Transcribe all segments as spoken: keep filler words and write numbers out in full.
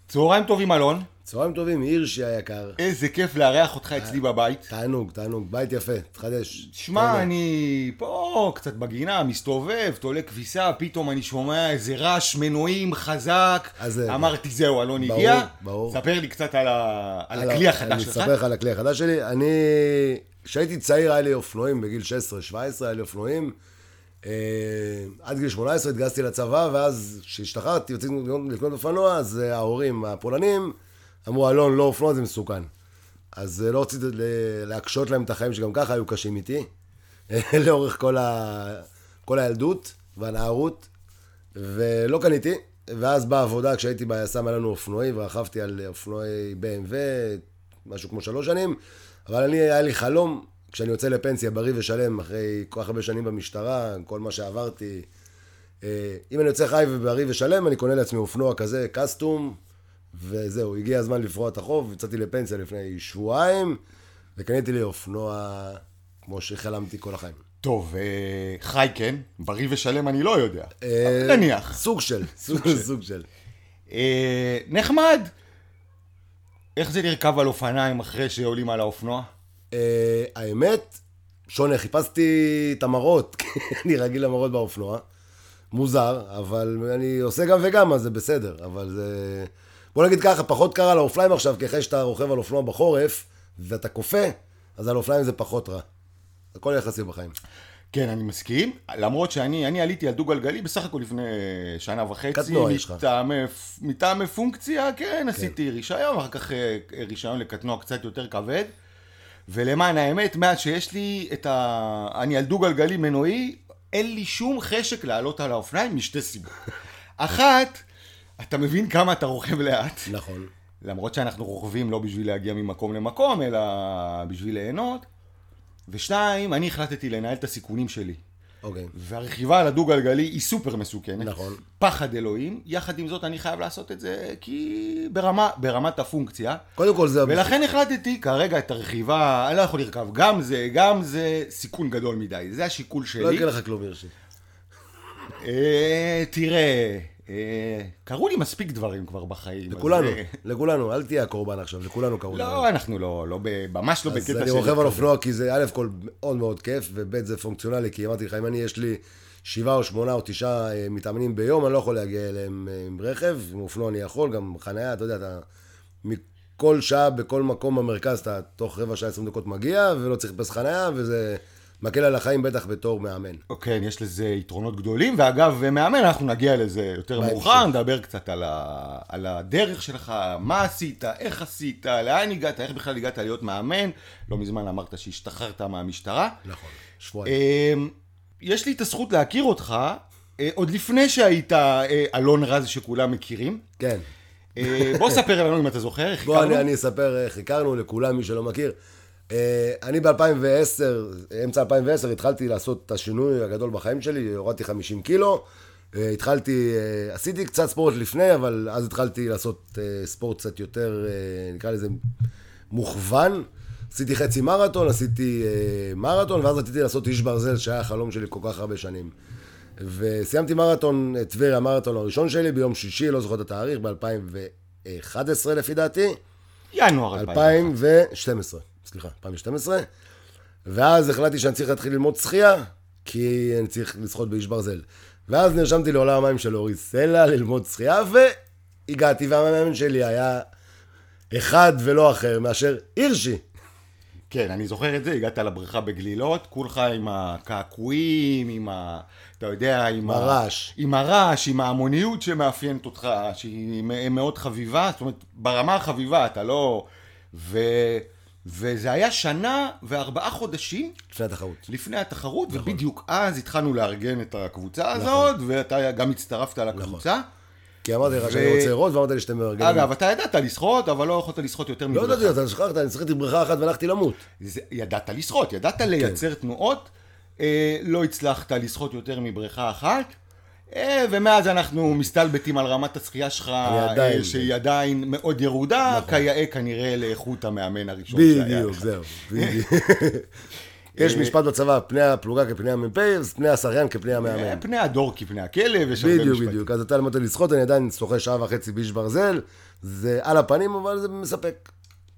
צהריים טובים אלון. צהריים טובים, הירשי היקר. איזה כיף לארח אותך אצלי בבית. תענוג, תענוג, בית יפה, תחדש. שמע, אני פה קצת בגינה, מסתובב, תולה כביסה, פתאום אני שומע איזה רעש מנועים חזק. אמרתי זהו, אלון הגיע. ברור. ספר לי קצת על הכלי החדש שלך. אני אספר לך על הכלי החדש שלי. אני, כשהייתי צעיר היה לי אופנועים, בגיל שש עשרה שבע עשרה היה לי אופנועים. עד גיל שמונה עשרה התגייסתי לצבא, ואז כשהשתחררתי, יוצאים לקנות אופנוע, אז ההורים הפולנים אמרו, אלון, לא אופנוע, זה מסוכן. אז לא רציתי להקשות להם את החיים שגם ככה היו קשים איתי, לאורך כל, ה... כל הילדות והנערות, ולא קניתי. ואז בעבודה, כשהייתי ביס"מ, היה לנו אופנועי, ורכבתי על אופנועי בי אם דאבליו, משהו כמו שלוש שנים, אבל אני, היה לי חלום, כשאני יוצא לפנסיה בריא ושלם, אחרי כל כך הרבה שנים במשטרה, כל מה שעברתי, אם אני יוצא חי ובריא ושלם, אני קונה לעצמי אופנוע כזה, קסטום, וזהו, הגיע הזמן לפרוע את החוב, יצאתי לפנסיה לפני שבועיים, וקניתי לי אופנוע כמו שחלמתי כל החיים. טוב, חי כן, בריא ושלם אני לא יודע, נניח. סוג של, סוג של. נחמד. איך זה לרכב על אופניים אחרי שעולים על האופנוע? האמת, שונה, חיפשתי את המראות, אני רגיל למראות באופנוע, מוזר, אבל אני עושה גם וגם, אז זה בסדר, אבל זה... בוא נגיד ככה, פחות קרה על האופניים עכשיו, כי אחרי שאתה רוכב על אופנוע בחורף, ואתה קופה, אז על אופניים זה פחות רע. הכל יחסי בחיים. כן, אני מסכים, למרות שאני אני עליתי על דו גלגלי בסך הכל לפני שנה וחצי. קטנוע יש לך. מטעמי פונקציה, כן, עשיתי רישיון, אחר כך רישיון לקטנוע קצת יותר כבד. ולמען האמת, מאז שיש לי את ה... אני על דו גלגלי מנועי, אין לי שום חשק לעלות על האופניים משתי סיבות. אחת, אתה מבין כמה אתה רוכב לאט. נכון. למרות שאנחנו רוכבים לא בשביל להגיע ממקום למקום, אלא בשביל ליהנות. ושתיים, אני החלטתי לנהל את הסיכונים שלי. אוקיי. והרכיבה על הדו-גלגלי היא סופר מסוכנת. נכון. פחד אלוהים. יחד עם זאת אני חייב לעשות את זה כי ברמה, ברמת הפונקציה. קודם כל זה... ולכן החלטתי כרגע את הרכיבה, אני לא יכול לרכב גם זה, גם זה סיכון גדול מדי. זה השיקול שלי. לא יקרה לך כלום, ירשי. אה, תראה... קראו לי מספיק דברים כבר בחיים. לכולנו, לכולנו, אל תהיה הקורבן עכשיו, לכולנו קראו. לא, אנחנו לא, ממש לא בקטע שלי. אז אני רוכב על אופנוע כי זה א' כל מאוד מאוד כיף, וב' זה פונקציונלי, כי אמרתי לך, אם אני יש לי שבעה או שמונה או תשעה מתאמנים ביום, אני לא יכול להגיע אליהם עם רכב, עם אופנוע אני יכול, גם חניה, אתה יודע, אתה מכל שעה, בכל מקום במרכז, אתה תוך רבע שעה עשרים דקות מגיע, ולא צריך לחפש חניה, וזה... מקל על החיים בטח בתור מאמן. אוקיי, יש לזה יתרונות גדולים, ואגב, מאמן, אנחנו נגיע לזה יותר מאוחר, נדבר קצת על, ה... על הדרך שלך, מה עשית, איך עשית, לאן הגעת, איך בכלל הגעת להיות מאמן, לא מזמן אמרת שהשתחררת מהמשטרה. נכון, שבועיים. יש לי את הזכות להכיר אותך, עוד לפני שהיית אלון רז שכולם מכירים. כן. בוא ספר לנו אם אתה זוכר, איך הכרנו. בוא אני, אני אספר איך הכרנו לכולם, מי שלא מכיר. אני ב-אלפיים ועשר, אמצע אלפיים ועשר, התחלתי לעשות את השינוי הגדול בחיים שלי, הורדתי חמישים קילו, התחלתי, עשיתי קצת ספורט לפני, אבל אז התחלתי לעשות ספורט קצת יותר, נקרא לזה, מוכוון. עשיתי חצי מרתון, עשיתי מרתון, ואז רציתי לעשות איש ברזל, שהיה החלום שלי כל כך הרבה שנים. וסיימתי מרתון, טבריה, המרתון הראשון שלי, ביום שישי, לא זוכר את התאריך, ב-אלפיים ואחת עשרה לפי דעתי. ינואר אלפיים ושתים עשרה. סליחה, אלפיים ושתים עשרה, ואז החלטתי שאני צריך להתחיל ללמוד שחייה, כי אני צריך לשחות באיש ברזל. ואז נרשמתי לעולם המים של אורי סלע, ללמוד שחייה, והגעתי, והמאמן שלי היה אחד ולא אחר, מאשר הירשי. כן, אני זוכר את זה, הגעת לבריכה בגלילות, כולך עם הקעקועים, עם ה... אתה יודע, עם הרעש. עם הרעש, עם ההמוניות שמאפיינת אותך, שהיא מאוד חביבה, זאת אומרת, ברמה החביבה, אתה לא... ו... וזה היה שנה וארבעה חודשים לפני התחרות. לפני התחרות, נכון. ובדיוק אז התחלנו לארגן את הקבוצה הזאת, נכון. ואתה גם הצטרפת לקבוצה. נכון. כי אמרתי לך ו... שאני רוצה לראות, ואמרתי לי שאתם מארגנים. אגב, אתה ידעת לשחות, אבל לא יכולת לשחות יותר מבריכה. לא ידעתי, אתה שכחת, אני שחיתי בריכה אחת והלכתי למות. זה... ידעת לשחות, ידעת לייצר כן. תנועות, אה, לא הצלחת לשחות יותר מבריכה אחת, ומאז אנחנו מסתלבטים על רמת השחייה שלך, שהיא עדיין מאוד ירודה, כיאה כנראה לאיכות המאמן הראשון שהיה. בדיוק, זהו, בדיוק. יש משפט בצבא, פני הפלוגה כפני המ"פ, פני השחיין כפני המאמן. פני הדור כפני הכלב, יש הרבה משפט. בדיוק, משפט. בדיוק. אז אתה למדת לשחות, אני עדיין שוחה שעה וחצי באיש ברזל, זה על הפנים, אבל זה מספק.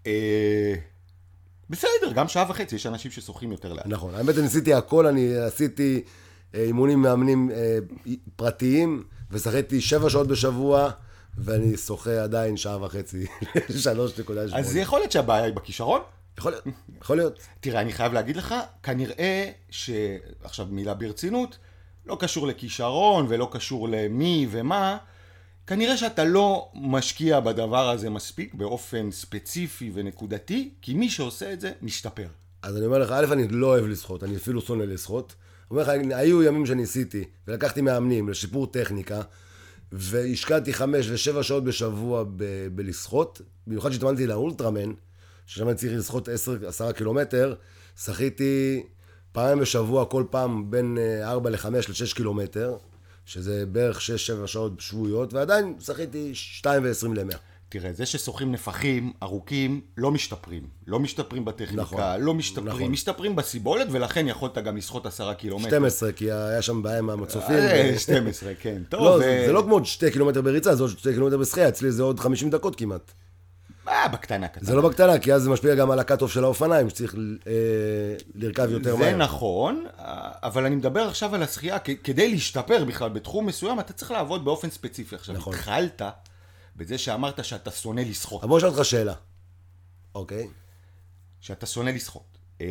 בסדר, גם שעה וחצי, יש אנשים ששוחים יותר לאט. נכון, האמת, אני עשיתי הכל, אני עשיתי אימונים מאמנים פרטיים, ושחיתי שבע שעות בשבוע, ואני שוחה עדיין שעה וחצי, שלוש נקודה שמונה. אז זה יכול להיות שהבעיה היא בכישרון? יכול להיות, יכול להיות. תראה, אני חייב להגיד לך, כנראה שעכשיו מילה ברצינות, לא קשור לכישרון ולא קשור למי ומה, כנראה שאתה לא משקיע בדבר הזה מספיק באופן ספציפי ונקודתי, כי מי שעושה את זה משתפר. אז אני אומר לך, א', אני לא אוהב לשחות, אני אפילו שונא לשחות. אומר לך, היו ימים שניסיתי, ולקחתי מאמנים לשיפור טכניקה, והשקעתי חמש ושבע שעות בשבוע ב- בלשחות, במיוחד שהתאמנתי לאולטרמן, ששם אני צריך לשחות עשר עשרה קילומטר, שחיתי פעם בשבוע, כל פעם בין ארבע לחמש לשש קילומטר, שזה בערך שש שבע שעות שבועיות, ועדיין שחיתי שתיים ועשרים למאה. תראה, זה ששוחים נפחים ארוכים לא משתפרים. לא משתפרים בטכניקה, נכון, לא משתפרים. נכון. משתפרים בסיבולת, ולכן יכולת גם לשחות עשרה קילומטר. שתים עשרה, כי היה שם בעיה עם המצופים. אה, שתים עשרה, כן. טוב. לא, ו... זה, זה לא כמו עוד שתי קילומטר בריצה, זה עוד שתי קילומטר בשחייה, אצלי זה עוד חמישים דקות כמעט. אה, בקטנה, קטנה. זה לא בקטנה, כי אז זה משפיע גם על הקאט-אוף של האופניים, שצריך אה, לרכב יותר זה מהר. זה נכון, אבל אני מדבר עכשיו על השחייה, כ- כדי להשתפר בכלל בתחום מסוים, אתה צריך לעבוד באופן ספציפי. עכשיו, נכון. התחלת בזה שאמרת שאתה שונא לשחות. אבל בוא נשאל אותך שאלה. אוקיי. שאתה שונא לשחות. אמ,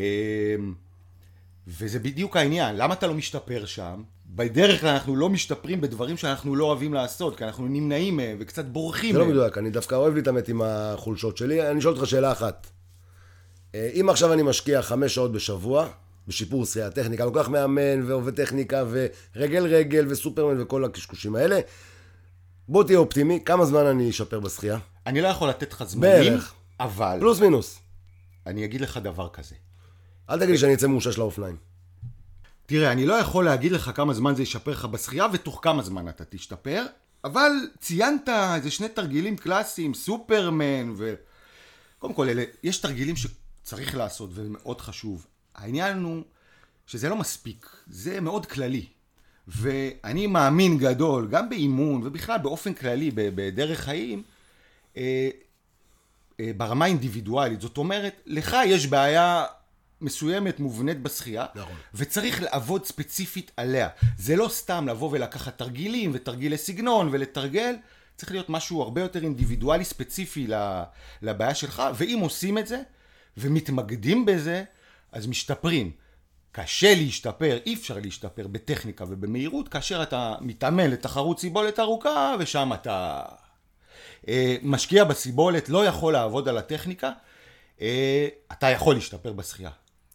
וזה בדיוק העניין, למה אתה לא משתפר שם? בדרך כלל אנחנו לא משתפרים בדברים שאנחנו לא אוהבים לעשות, כי אנחנו נמנעים מהם וקצת בורחים זה לא מהם. מדויק, אני דווקא אוהב להתאמת עם החולשות שלי. אני שואל אותך שאלה אחת. אה, אם עכשיו אני משקיע חמש שעות בשבוע, בשיפור שחייה, טכניקה, לוקח מאמן ועובד טכניקה ורגל רגל וסופרמן וכל הקשקושים האלה, בוא תהיה אופטימי, כמה זמן אני אשפר בשחייה? אני לא יכול לתת לך זמנים, בערך. אבל פלוס מינוס. אני אגיד לך דבר כזה. אל תגיד לי שאני אצא מאושש לאופניים. תראה, אני לא יכול להגיד לך כמה זמן זה ישפר לך בשחייה ותוך כמה זמן אתה תשתפר, אבל ציינת איזה שני תרגילים קלאסיים, סופרמן ו... קודם כל, אלה, יש תרגילים שצריך לעשות וזה מאוד חשוב. העניין הוא שזה לא מספיק, זה מאוד כללי. ואני מאמין גדול, גם באימון ובכלל באופן כללי, בדרך חיים, אה, אה, ברמה אינדיבידואלית. זאת אומרת, לך יש בעיה מסוימת מובנית בשחייה, נכון. וצריך לעבוד ספציפית עליה. זה לא סתם לבוא ולקחת תרגילים ותרגילי סגנון ולתרגל, צריך להיות משהו הרבה יותר אינדיבידואלי ספציפי לבעיה שלך, ואם עושים את זה ומתמקדים בזה, אז משתפרים. קשה להשתפר, אי אפשר להשתפר בטכניקה ובמהירות, כאשר אתה מתאמן לתחרות סיבולת ארוכה, ושם אתה אה, משקיע בסיבולת, לא יכול לעבוד על הטכניקה, אה, אתה יכול להשתפר בשחייה.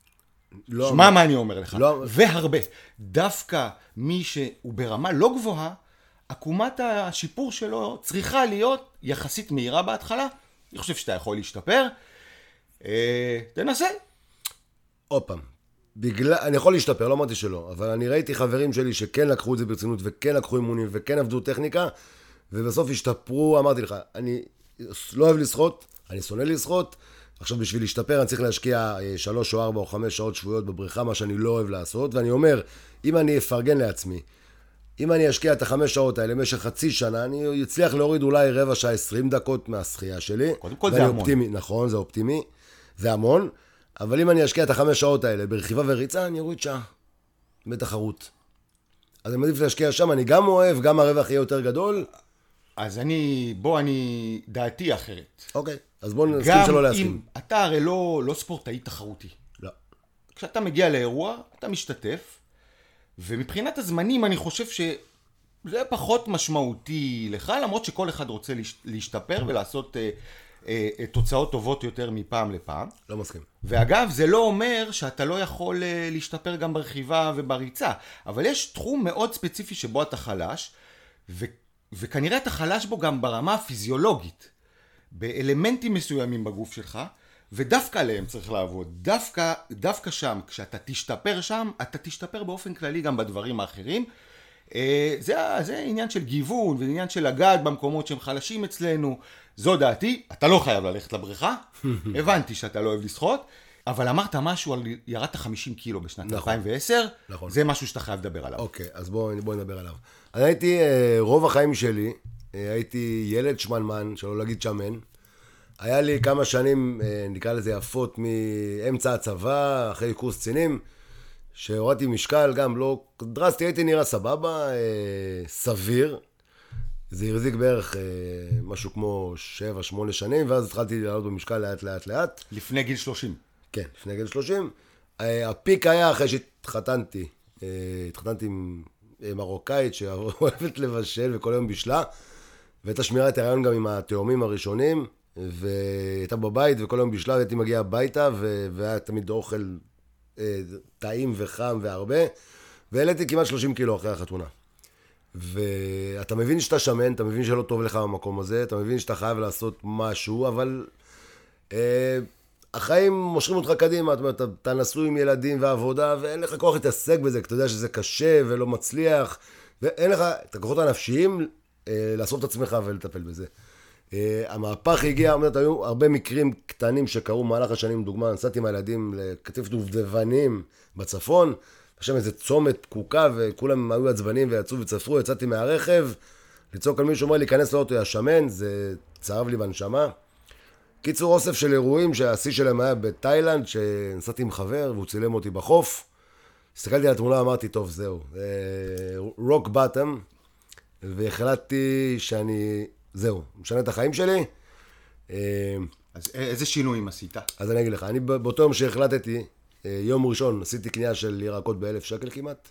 לא, שמע מה אני אומר לך, לא, והרבה. דווקא מי שהוא ברמה לא גבוהה, עקומת השיפור שלו צריכה להיות יחסית מהירה בהתחלה. אני חושב שאתה יכול להשתפר. אה, תנסה. עוד פעם. בגלל, אני יכול להשתפר, לא אמרתי שלא, אבל אני ראיתי חברים שלי שכן לקחו את זה ברצינות וכן לקחו אימונים וכן עבדו טכניקה, ובסוף השתפרו, אמרתי לך, אני לא אוהב לשחות, אני שונא לשחות, עכשיו בשביל להשתפר אני צריך להשקיע שלוש או ארבע או חמש שעות שבועיות בבריכה, מה שאני לא אוהב לעשות, ואני אומר, אם אני אפרגן לעצמי, אם אני אשקיע את החמש שעות האלה במשך חצי שנה, אני אצליח להוריד אולי רבע שעה עשרים דקות מהשחייה שלי. קודם כל זה המון. אופטימי, נכון, זה אופטימי, זה המון, אבל אם אני אשקיע את החמש שעות האלה ברכיבה וריצה, אני אוריד שעה בתחרות. אז אני מעדיף להשקיע שם, אני גם אוהב, גם הרווח יהיה יותר גדול. אז אני, בוא אני, דעתי אחרת. אוקיי, אז בוא נסכים שלא להסכים. גם אם אתה הרי לא, לא ספורטאי תחרותי. לא. כשאתה מגיע לאירוע, אתה משתתף, ומבחינת הזמנים אני חושב שזה פחות משמעותי לך, למרות שכל אחד רוצה להשתפר ולעשות אה, אה, תוצאות טובות יותר מפעם לפעם. לא מסכים. ואגב, זה לא אומר שאתה לא יכול אה, להשתפר גם ברכיבה ובריצה, אבל יש תחום מאוד ספציפי שבו אתה חלש, ו, וכנראה אתה חלש בו גם ברמה הפיזיולוגית, באלמנטים מסוימים בגוף שלך, ודווקא עליהם צריך לעבוד. דווקא, דווקא שם, כשאתה תשתפר שם, אתה תשתפר באופן כללי גם בדברים האחרים. זה, זה עניין של גיוון, ועניין של לגעת במקומות שהם חלשים אצלנו. זו דעתי, אתה לא חייב ללכת לבריכה. הבנתי שאתה לא אוהב לשחות, אבל אמרת משהו על ירדת חמישים קילו בשנת נכון, אלפיים ועשר, נכון. זה משהו שאתה חייב לדבר עליו. אוקיי, אז בואו בוא נדבר עליו. אני הייתי, רוב החיים שלי, הייתי ילד שמנמן, שלא להגיד שמן. היה לי כמה שנים, נקרא לזה יפות, מאמצע הצבא, אחרי קורס קצינים, שהורדתי משקל, גם לא דרסטי, הייתי נראה סבבה, סביר. זה הרזיק בערך משהו כמו שבע, שמונה שנים, ואז התחלתי לעלות במשקל לאט לאט לאט. לפני גיל שלושים. כן, לפני גיל שלושים. הפיק היה אחרי שהתחתנתי. התחתנתי עם מרוקאית שאוהבת לבשל וכל היום בשלה, והייתה שמירה את הרעיון גם עם התאומים הראשונים, והייתה בבית וכל היום בשלה, והייתי מגיע הביתה, והיה תמיד אוכל טעים וחם והרבה, והעליתי כמעט שלושים קילו אחרי החתונה. ואתה מבין שאתה שמן, אתה מבין שלא טוב לך במקום הזה, אתה מבין שאתה חייב לעשות משהו, אבל אה, החיים מושכים אותך קדימה, אתה, אתה, אתה נשוי עם ילדים ועבודה, ואין לך כוח להתעסק בזה, כי אתה יודע שזה קשה ולא מצליח, ואין לך את הכוחות הנפשיים אה, לעשות את עצמך ולטפל בזה. אה, המהפך הגיע, אומרת, היו הרבה מקרים קטנים שקרו במהלך השנים, דוגמה, נסעתי עם הילדים לקטיף דובדבנים בצפון, עכשיו איזה צומת פקוקה, וכולם היו עצבנים ויצאו וצפרו, יצאתי מהרכב, לצעוק על מישהו אומר להיכנס לאוטו השמן, זה צרב לי בנשמה. קיצור אוסף של אירועים שהשיא שלהם היה בתאילנד, שנסעתי עם חבר והוא צילם אותי בחוף. הסתכלתי על התמונה ואמרתי, טוב, זהו, רוק בטם, והחלטתי שאני, זהו, משנה את החיים שלי. אז איזה שינויים עשית? אז אני אגיד לך, אני באותו יום שהחלטתי, יום ראשון עשיתי קנייה של ירקות באלף שקל כמעט,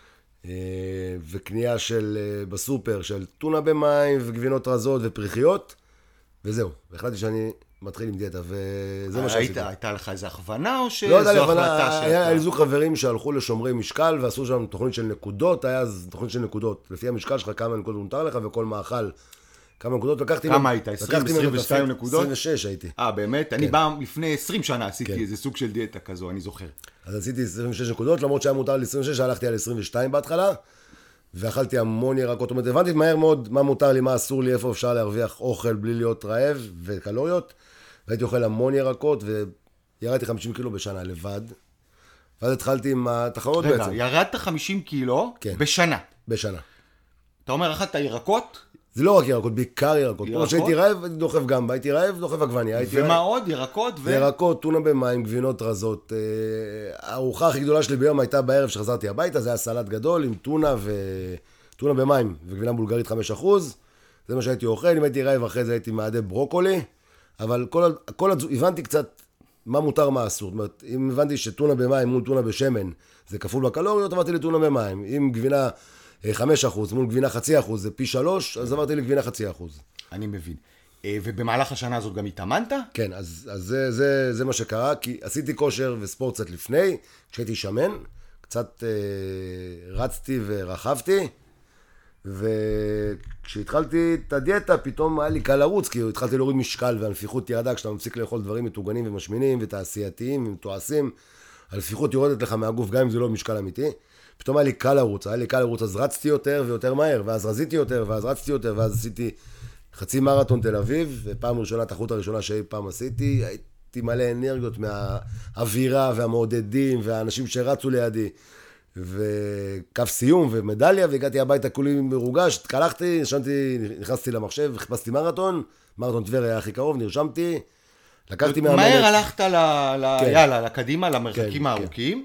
וקנייה של בסופר של טונה במים וגבינות רזות ופריחיות, וזהו. והחלטתי שאני מתחיל עם דיאטה, וזה מה שעשיתי. הייתה לך איזו הכוונה או שזו לא החלטה שאתה... היה לי זוג חברים שהלכו לשומרי משקל ועשו שם תוכנית של נקודות, היה אז תוכנית של נקודות. לפי המשקל שלך כמה נקודות מותר לך וכל מאכל. כמה נקודות לקחתי... כמה היית? עשרים, עשרים ושתיים נקודות? עשרים ושש הייתי. אה, באמת? אני בא לפני עשרים שנה עשיתי איזה סוג של דיאטה כזו, אני זוכר. אז עשיתי עשרים ושש נקודות, למרות שהיה מותר לי עשרים ושש, הלכתי על עשרים ושתיים בהתחלה, ואכלתי המון ירקות. זאת אומרת, הבנתי מהר מאוד מה מותר לי, מה אסור לי, איפה אפשר להרוויח אוכל בלי להיות רעב וקלוריות, והייתי אוכל המון ירקות, וירדתי חמישים קילו בשנה לבד, ואז התחלתי עם התחרות בעצם. רגע, ירדת חמישים קילו בשנה? בשנה. אתה אומר, אכלת ירקות? זה לא רק ירקות, בעיקר ירקות. כמו שהייתי רעב, הייתי דוחף גמבה, הייתי רעב, דוחף עגבניה. ומה עוד? ירקות ו... ירקות, טונה במים, גבינות רזות. הארוחה הכי גדולה שלי ביום הייתה בערב שחזרתי הביתה, זה היה סלט גדול עם טונה ו... טונה במים וגבינה בולגרית חמישה אחוז. זה מה שהייתי אוכל, אם הייתי רעב אחרי זה הייתי מעדה ברוקולי. אבל כל, כל... הבנתי קצת מה מותר, מה אסור. זאת אומרת, אם הבנתי שטונה במים מול טונה בשמן, זה כפול בקלוריות, עברתי לטונה במים. אם גבינה חמש אחוז מול גבינה חצי אחוז, זה פי שלוש, אז עברתי לגבינה חצי אחוז. אני מבין. ובמהלך השנה הזאת גם התאמנת? כן, אז, אז זה, זה, זה מה שקרה, כי עשיתי כושר וספורט קצת לפני, כשהייתי שמן, קצת אה, רצתי ורחבתי, וכשהתחלתי את הדיאטה, פתאום היה לי קל לרוץ, כי התחלתי להוריד משקל, והנפיחות ירדה, כשאתה מפסיק לאכול דברים מטוגנים ומשמינים ותעשייתיים ומתועשים, הנפיחות יורדת לך מהגוף, גם אם זה לא משקל אמיתי. פתאום היה לי קל לרוץ, היה לי קל לרוץ, אז רצתי יותר ויותר מהר, ואז רזיתי יותר, ואז רצתי יותר, ואז עשיתי חצי מרתון תל אביב, ופעם ראשונה, התחרות הראשונה שאי פעם עשיתי, הייתי מלא אנרגיות מהאווירה והמעודדים והאנשים שרצו לידי, וקו סיום ומדליה, והגעתי הביתה כולי מרוגש, התקלחתי, נשמתי, נכנסתי למחשב, חיפשתי מרתון, מרתון טבריה היה הכי קרוב, נרשמתי, לקחתי מהמנת. מהר הלכת ל... יאללה, לקדימה, למרחקים הארוכים.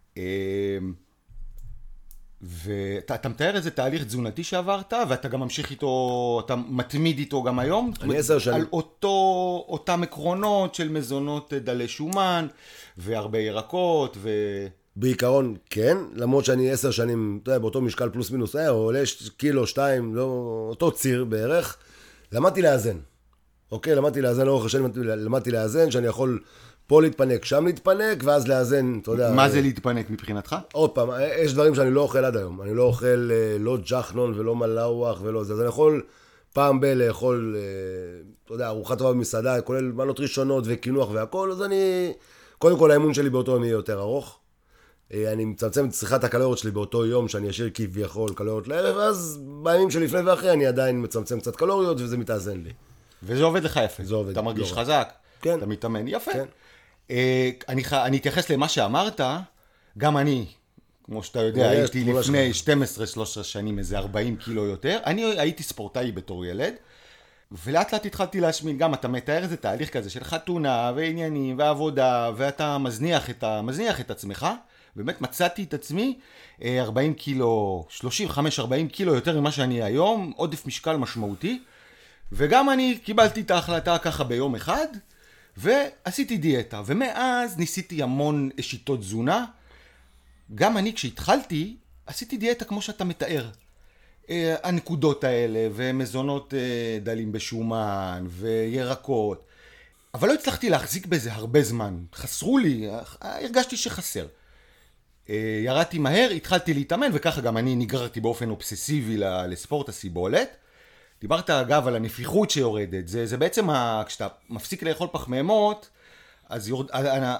ואתה מתאר איזה תהליך תזונתי שעברת, ואתה גם ממשיך איתו, אתה מתמיד איתו גם היום? אני עשר שנים. על אותו, אותם עקרונות של מזונות דלי שומן, והרבה ירקות, ו... בעיקרון כן, למרות שאני עשר שנים, אתה יודע, באותו משקל פלוס מינוס, אה, עולה קילו, שתיים, לא, אותו ציר בערך, למדתי לאזן. אוקיי, למדתי לאזן לאורך השנים, למדתי לאזן, שאני יכול פה להתפנק, שם להתפנק, ואז לאזן, אתה יודע... מה זה להתפנק מבחינתך? עוד פעם, יש דברים שאני לא אוכל עד היום. אני לא אוכל לא ג'חנון ולא מלאוח ולא זה. אז אני יכול פעם ב- לאכול, אתה יודע, ארוחה טובה במסעדה, כולל מנות ראשונות וקינוח והכל, אז אני... קודם כל, האימון שלי באותו יום יהיה יותר ארוך. אני מצמצם את צריכת הקלוריות שלי באותו יום, שאני אשאיר כביכול קלוריות לערב, ואז בימים שלפני ואחרי אני עדיין מצמצם קצת קלוריות, וזה מתאזן לי. וזה עובד לך יפה. זה עובד. אתה מרגיש חזק. כן. אתה מתאמן יפה. כן. אני, אני אתייחס למה שאמרת, גם אני, כמו שאתה יודע, הייתי לפני שתים עשרה שלוש עשרה שנים איזה ארבעים קילו יותר. אני הייתי ספורטאי בתור ילד, ולאט לאט התחלתי להשמין. גם אתה מתאר איזה תהליך כזה של חתונה ועניינים ועבודה, ואתה מזניח את, ה... מזניח את עצמך. באמת מצאתי את עצמי ארבעים קילו, שלושים וחמש ארבעים קילו יותר ממה שאני היום, עודף משקל משמעותי. וגם אני קיבלתי את ההחלטה ככה ביום אחד, ועשיתי דיאטה. ומאז ניסיתי המון שיטות תזונה. גם אני כשהתחלתי, עשיתי דיאטה כמו שאתה מתאר. הנקודות האלה, ומזונות דלים בשומן, וירקות. אבל לא הצלחתי להחזיק בזה הרבה זמן. חסרו לי, הרגשתי שחסר. ירדתי מהר, התחלתי להתאמן, וככה גם אני נגררתי באופן אובססיבי לספורט הסיבולת. דיברת אגב על הנפיחות שיורדת. זה, זה בעצם, ה, כשאתה מפסיק לאכול פחמימות, אז יורד...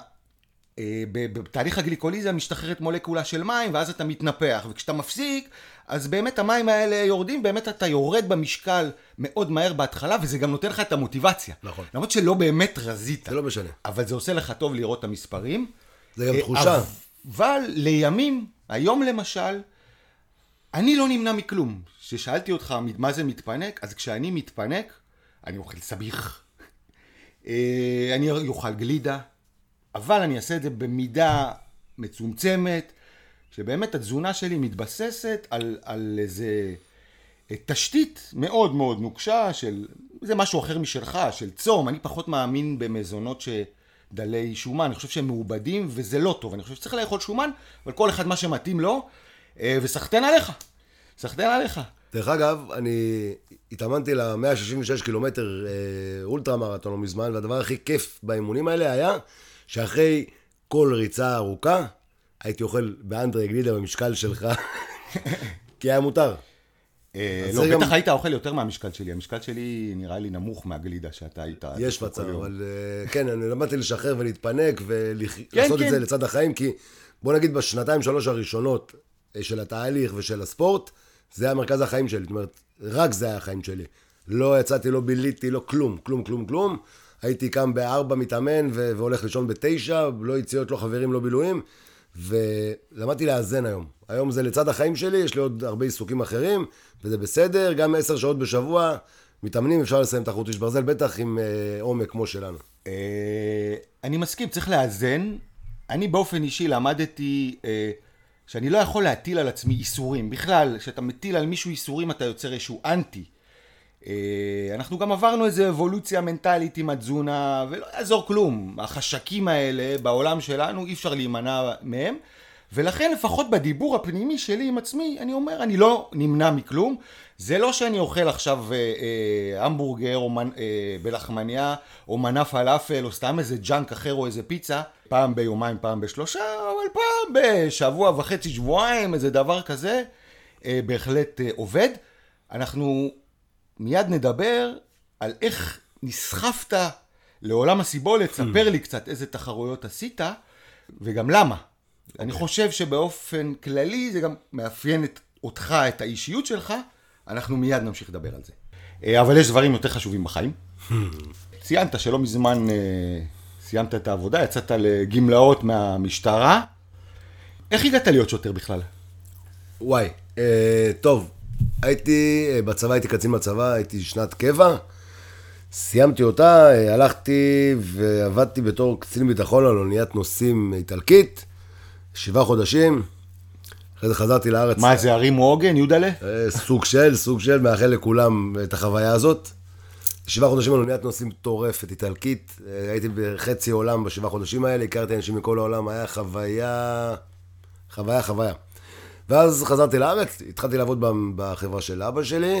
בתהליך הגליקוליזה משתחררת מולקולה של מים, ואז אתה מתנפח, וכשאתה מפסיק, אז באמת המים האלה יורדים, באמת אתה יורד במשקל מאוד מהר בהתחלה, וזה גם נותן לך את המוטיבציה. נכון. למרות שלא באמת רזית. זה לא משנה. אבל זה עושה לך טוב לראות את המספרים. זה גם תחושה. אבל לימים, היום למשל, אני לא נמנע מכלום. כששאלתי אותך מה זה מתפנק, אז כשאני מתפנק, אני אוכל סביח. אני אוכל גלידה. אבל אני אעשה את זה במידה מצומצמת, שבאמת התזונה שלי מתבססת על, על איזה תשתית מאוד מאוד נוקשה של, זה משהו אחר משלך, של צום. אני פחות מאמין במזונות שדלי שומן, אני חושב שהם מעובדים וזה לא טוב. אני חושב שצריך לאכול שומן, אבל כל אחד מה שמתאים לו, וסחטן עליך, סחטן עליך. דרך אגב, אני התאמנתי ל-מאה שישים ושש קילומטר אולטרה מרתון לא מזמן, והדבר הכי כיף באימונים האלה היה שאחרי כל ריצה ארוכה, הייתי אוכל באנדרי גלידה במשקל שלך, כי היה מותר. לא, בטח היית אוכל יותר מהמשקל שלי. המשקל שלי נראה לי נמוך מהגלידה שאתה היית. יש מצב, אבל כן, אני למדתי לשחרר ולהתפנק ולעשות את זה לצד החיים, כי בוא נגיד בשנתיים שלוש הראשונות של התהליך ושל הספורט, זה היה מרכז החיים שלי. זאת אומרת, רק זה היה החיים שלי. לא יצאתי, לא ביליתי, לא כלום, כלום, כלום, כלום. הייתי קם בארבע מתאמן ו- והולך לישון בתשע, לא יציאות, לא חברים, לא בילויים, ולמדתי לאזן היום. היום זה לצד החיים שלי, יש לי עוד הרבה עיסוקים אחרים, וזה בסדר, גם עשר שעות בשבוע, מתאמנים, אפשר לסיים תחרות איש ברזל, בטח עם אה, עומק כמו שלנו. אה, אני מסכים, צריך לאזן. אני באופן אישי למדתי אה, שאני לא יכול להטיל על עצמי איסורים. בכלל, כשאתה מטיל על מישהו איסורים, אתה יוצר איזשהו אנטי. אנחנו גם עברנו איזו אבולוציה מנטלית עם התזונה, ולא יעזור כלום. החשקים האלה בעולם שלנו אי אפשר להימנע מהם, ולכן לפחות בדיבור הפנימי שלי עם עצמי, אני אומר, אני לא נמנע מכלום. זה לא שאני אוכל עכשיו אה, אה, המבורגר או מנ, אה, בלחמניה, או מנה פלאפל, או סתם איזה ג'אנק אחר או איזה פיצה, פעם ביומיים, פעם בשלושה, אבל פעם בשבוע וחצי, שבועיים, איזה דבר כזה, אה, בהחלט אה, עובד. אנחנו מיד נדבר על איך נסחפת לעולם הסיבולת, ספר לי קצת איזה תחרויות עשית, וגם למה. Okay. אני חושב שבאופן כללי זה גם מאפיין את אותך, את האישיות שלך, אנחנו מיד נמשיך לדבר על זה. אבל יש דברים יותר חשובים בחיים. ציינת שלא מזמן סיימת את העבודה, יצאת לגמלאות מהמשטרה. איך הגעת להיות שוטר בכלל? וואי, אה, טוב. הייתי, בצבא הייתי קצין בצבא, הייתי שנת קבע, סיימתי אותה, הלכתי ועבדתי בתור קצין ביטחון על אוניית נוסעים איטלקית, שבעה חודשים, אחרי זה חזרתי לארץ. מה זה, הרים עוגן, יודלה? סוג של, סוג של, מאחל לכולם את החוויה הזאת. שבעה חודשים על אוניית נוסעים טורפת איטלקית, הייתי בחצי עולם בשבעה חודשים האלה, הכרתי אנשים מכל העולם, היה חוויה, חוויה, חוויה. ואז חזרתי לארץ, התחלתי לעבוד בחברה של אבא שלי,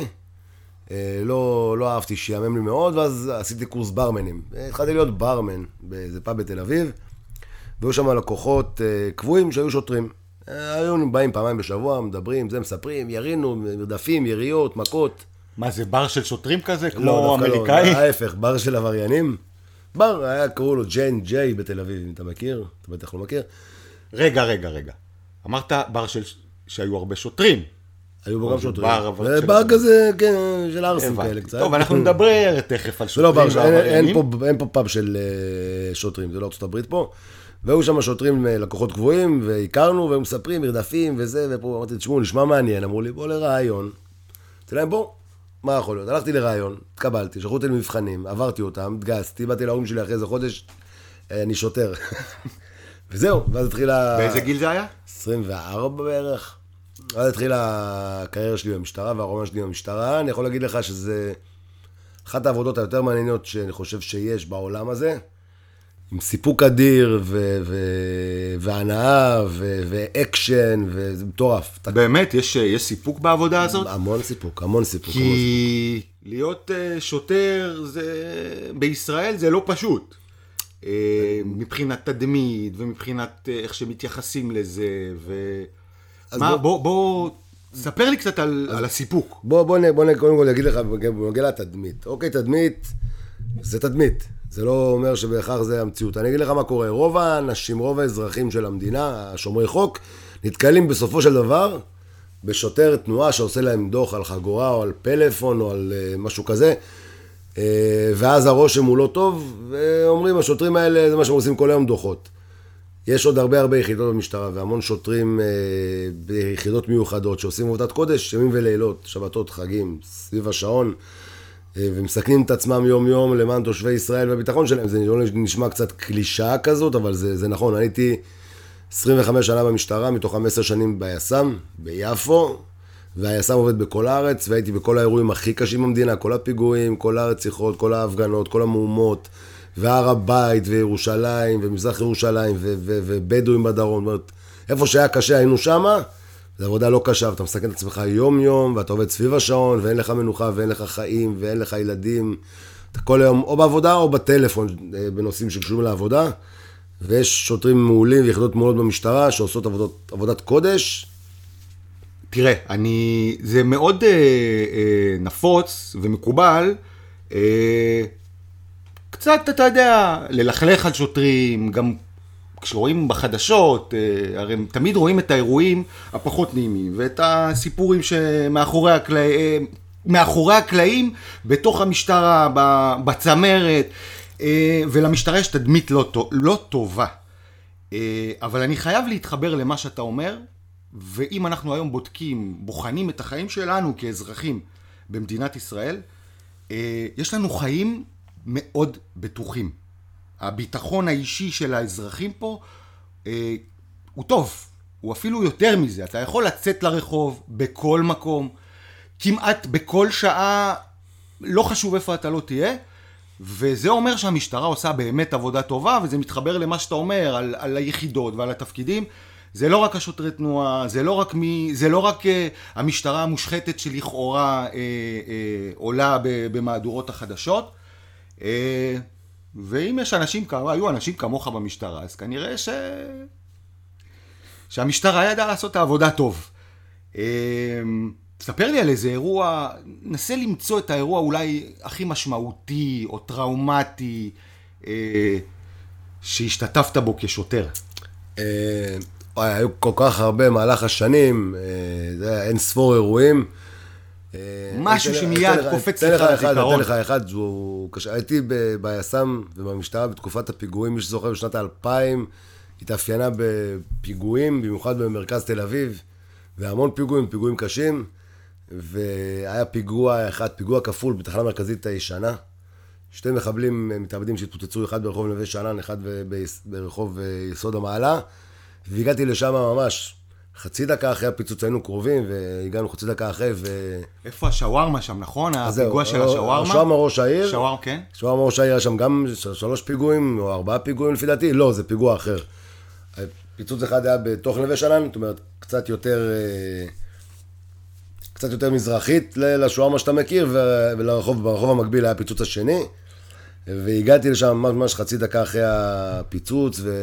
לא, לא אהבתי, שיאמם לי מאוד, ואז עשיתי קורס ברמנים. התחלתי להיות ברמן באיזה פאב בתל אביב, והיו שם לקוחות קבועים שהיו שוטרים. היו באים פעמיים בשבוע, מדברים, זה מספרים, ירינו, מרדפים, יריות, מכות. מה זה, בר של שוטרים כזה, כמו לא, אמריקאי? לא, ההפך, בר של עבריינים. בר, היה קראו לו ג'יין ג'יי בתל אביב, אם אתה מכיר, אתה בטח לא מכיר. רגע, רגע, רגע. אמרת בר של... שהיו הרבה שוטרים. היו בו גם שוטרים. בר, בר כזה, כן, של ארסים כאלה קצת. טוב, אנחנו נדבר תכף על שוטרים ועבריינים. אין פה פאב של שוטרים, זה לא ארצות הברית פה. והיו שם שוטרים לקוחות קבועים, והכרנו, והם מספרים, מרדפים וזה, ופה אמרתי, תשמעו, נשמע מעניין, אמרו לי, בוא לרעיון. אמרתי להם, בוא, מה יכול להיות? הלכתי לרעיון, התקבלתי, שלחו אותי למבחנים, עברתי אותם, התגייסתי, באתי להורים שלי אחרי איזה חודש, אני שוטר. וזהו, ואז התחילה... באיזה גיל זה היה? עשרים וארבע בערך. ואז התחילה הקריירה שלי במשטרה, והרומן שלי במשטרה. אני יכול להגיד לך שזה אחת העבודות היותר מעניינות שאני חושב שיש בעולם הזה. עם סיפוק אדיר, ו- ו- והנאה, ו- ואקשן, וזה מטורף. באמת? יש, יש סיפוק בעבודה הזאת? המון סיפוק, המון סיפוק. כי המון סיפוק. להיות uh, שוטר זה... בישראל זה לא פשוט. Uh, מבחינת תדמית, ומבחינת uh, איך שמתייחסים לזה, ו... מה, בוא, בוא, בוא, ספר לי קצת על, על הסיפוק. בוא, בוא, בוא, בוא קודם כל אגיד לך, בנוגע לתדמית. אוקיי, תדמית, זה תדמית. זה לא אומר שבהכרח זה המציאות. אני אגיד לך מה קורה. רוב האנשים, רוב האזרחים של המדינה, השומרי חוק, נתקלים בסופו של דבר בשוטר תנועה שעושה להם דוח על חגורה או על פלאפון או על uh, משהו כזה, uh, ואז הרושם הוא לא טוב, ואומרים, השוטרים האלה זה מה שהם עושים כל היום דוחות. יש עוד הרבה הרבה יחידות במשטרה, והמון שוטרים uh, ביחידות מיוחדות שעושים עבודת קודש, ימים ולילות, שבתות, חגים, סביב השעון, ומסכנים את עצמם יום יום למען תושבי ישראל והביטחון שלהם. זה נשמע קצת קלישה כזאת, אבל זה, זה נכון. אני הייתי עשרים וחמש שנה במשטרה, מתוכם עשר שנים ביס"מ, ביפו, והיס"מ עובד בכל הארץ, והייתי בכל האירועים הכי קשים במדינה, כל הפיגועים, כל הרציחות, כל ההפגנות, כל המהומות, והר הבית, וירושלים, ומזרח ירושלים, ו- ו- ובדואים בדרום. זאת אומרת, איפה שהיה קשה היינו שמה, זו עבודה לא קשה, ואתה מסכן את עצמך יום יום, ואתה עובד סביב השעון, ואין לך מנוחה, ואין לך חיים, ואין לך ילדים. אתה כל היום או בעבודה או בטלפון, בנושאים שקשורים לעבודה. ויש שוטרים מעולים ויחידות מעולות במשטרה, שעושות עבודות, עבודת קודש. תראה, אני, זה מאוד אה, אה, נפוץ ומקובל, אה, קצת, אתה יודע, ללכלך על שוטרים, גם כשרואים בחדשות, הרי הם תמיד רואים את האירועים הפחות נעימים, ואת הסיפורים שמאחורי הקלעים, מאחורי הקלעים, בתוך המשטרה, בצמרת, ולמשטרה יש תדמית לא, לא טובה. אבל אני חייב להתחבר למה שאתה אומר, ואם אנחנו היום בודקים, בוחנים את החיים שלנו כאזרחים במדינת ישראל, יש לנו חיים מאוד בטוחים. הביטחון האישי של האזרחים פה אה, הוא טוב, הוא אפילו יותר מזה. אתה יכול לצאת לרחוב בכל מקום, כמעט בכל שעה, לא חשוב איפה אתה לא תהיה, וזה אומר שהמשטרה עושה באמת עבודה טובה, וזה מתחבר למה שאתה אומר על, על היחידות ועל התפקידים. זה לא רק השוטרי תנועה, זה לא רק, מי, זה לא רק אה, המשטרה המושחתת שלכאורה אה, אה, עולה במהדורות החדשות, אה, ואם יש אנשים, היו אנשים כמוך במשטרה, אז כנראה ש... שהמשטרה ידעה לעשות את העבודה טוב. תספר לי על איזה אירוע, נסה למצוא את האירוע אולי הכי משמעותי או טראומטי שהשתתפת בו כשוטר. היו כל כך הרבה מהלך השנים, זה היה אין ספור אירועים. משהו שמיד קופץ לך לזיכרון. תן לך אחד, הייתי ביס"מ ובמשטרה בתקופת הפיגועים, מי שזוכר בשנת האלפיים, התאפיינה בפיגועים, במיוחד במרכז תל אביב, והמון פיגועים, פיגועים קשים, והיה פיגוע אחד, פיגוע כפול בתחנה מרכזית הישנה, שתי מחבלים מתאבדים שהתפוצצו, אחד ברחוב נווה שאנן, אחד ברחוב יסוד המעלה, והגעתי לשם ממש חצי דקה אחרי הפיצוץ, היינו קרובים, והגענו חצי דקה אחרי, ו... איפה השווארמה שם, נכון? הפיגוע של השווארמה? השווארמה ראש העיר. שווארמה, כן. שווארמה ראש העיר, היה שם גם שלוש פיגועים, או ארבעה פיגועים לפי דעתי. לא, זה פיגוע אחר. פיצוץ אחד היה בתוך נווה שאנן, זאת אומרת, קצת יותר... קצת יותר מזרחית לשווארמה שאתה מכיר, ולרחוב, ברחוב המקביל היה הפיצוץ השני, והגעתי לשם ממש ממש חצי דקה אחרי הפיצוץ, ו...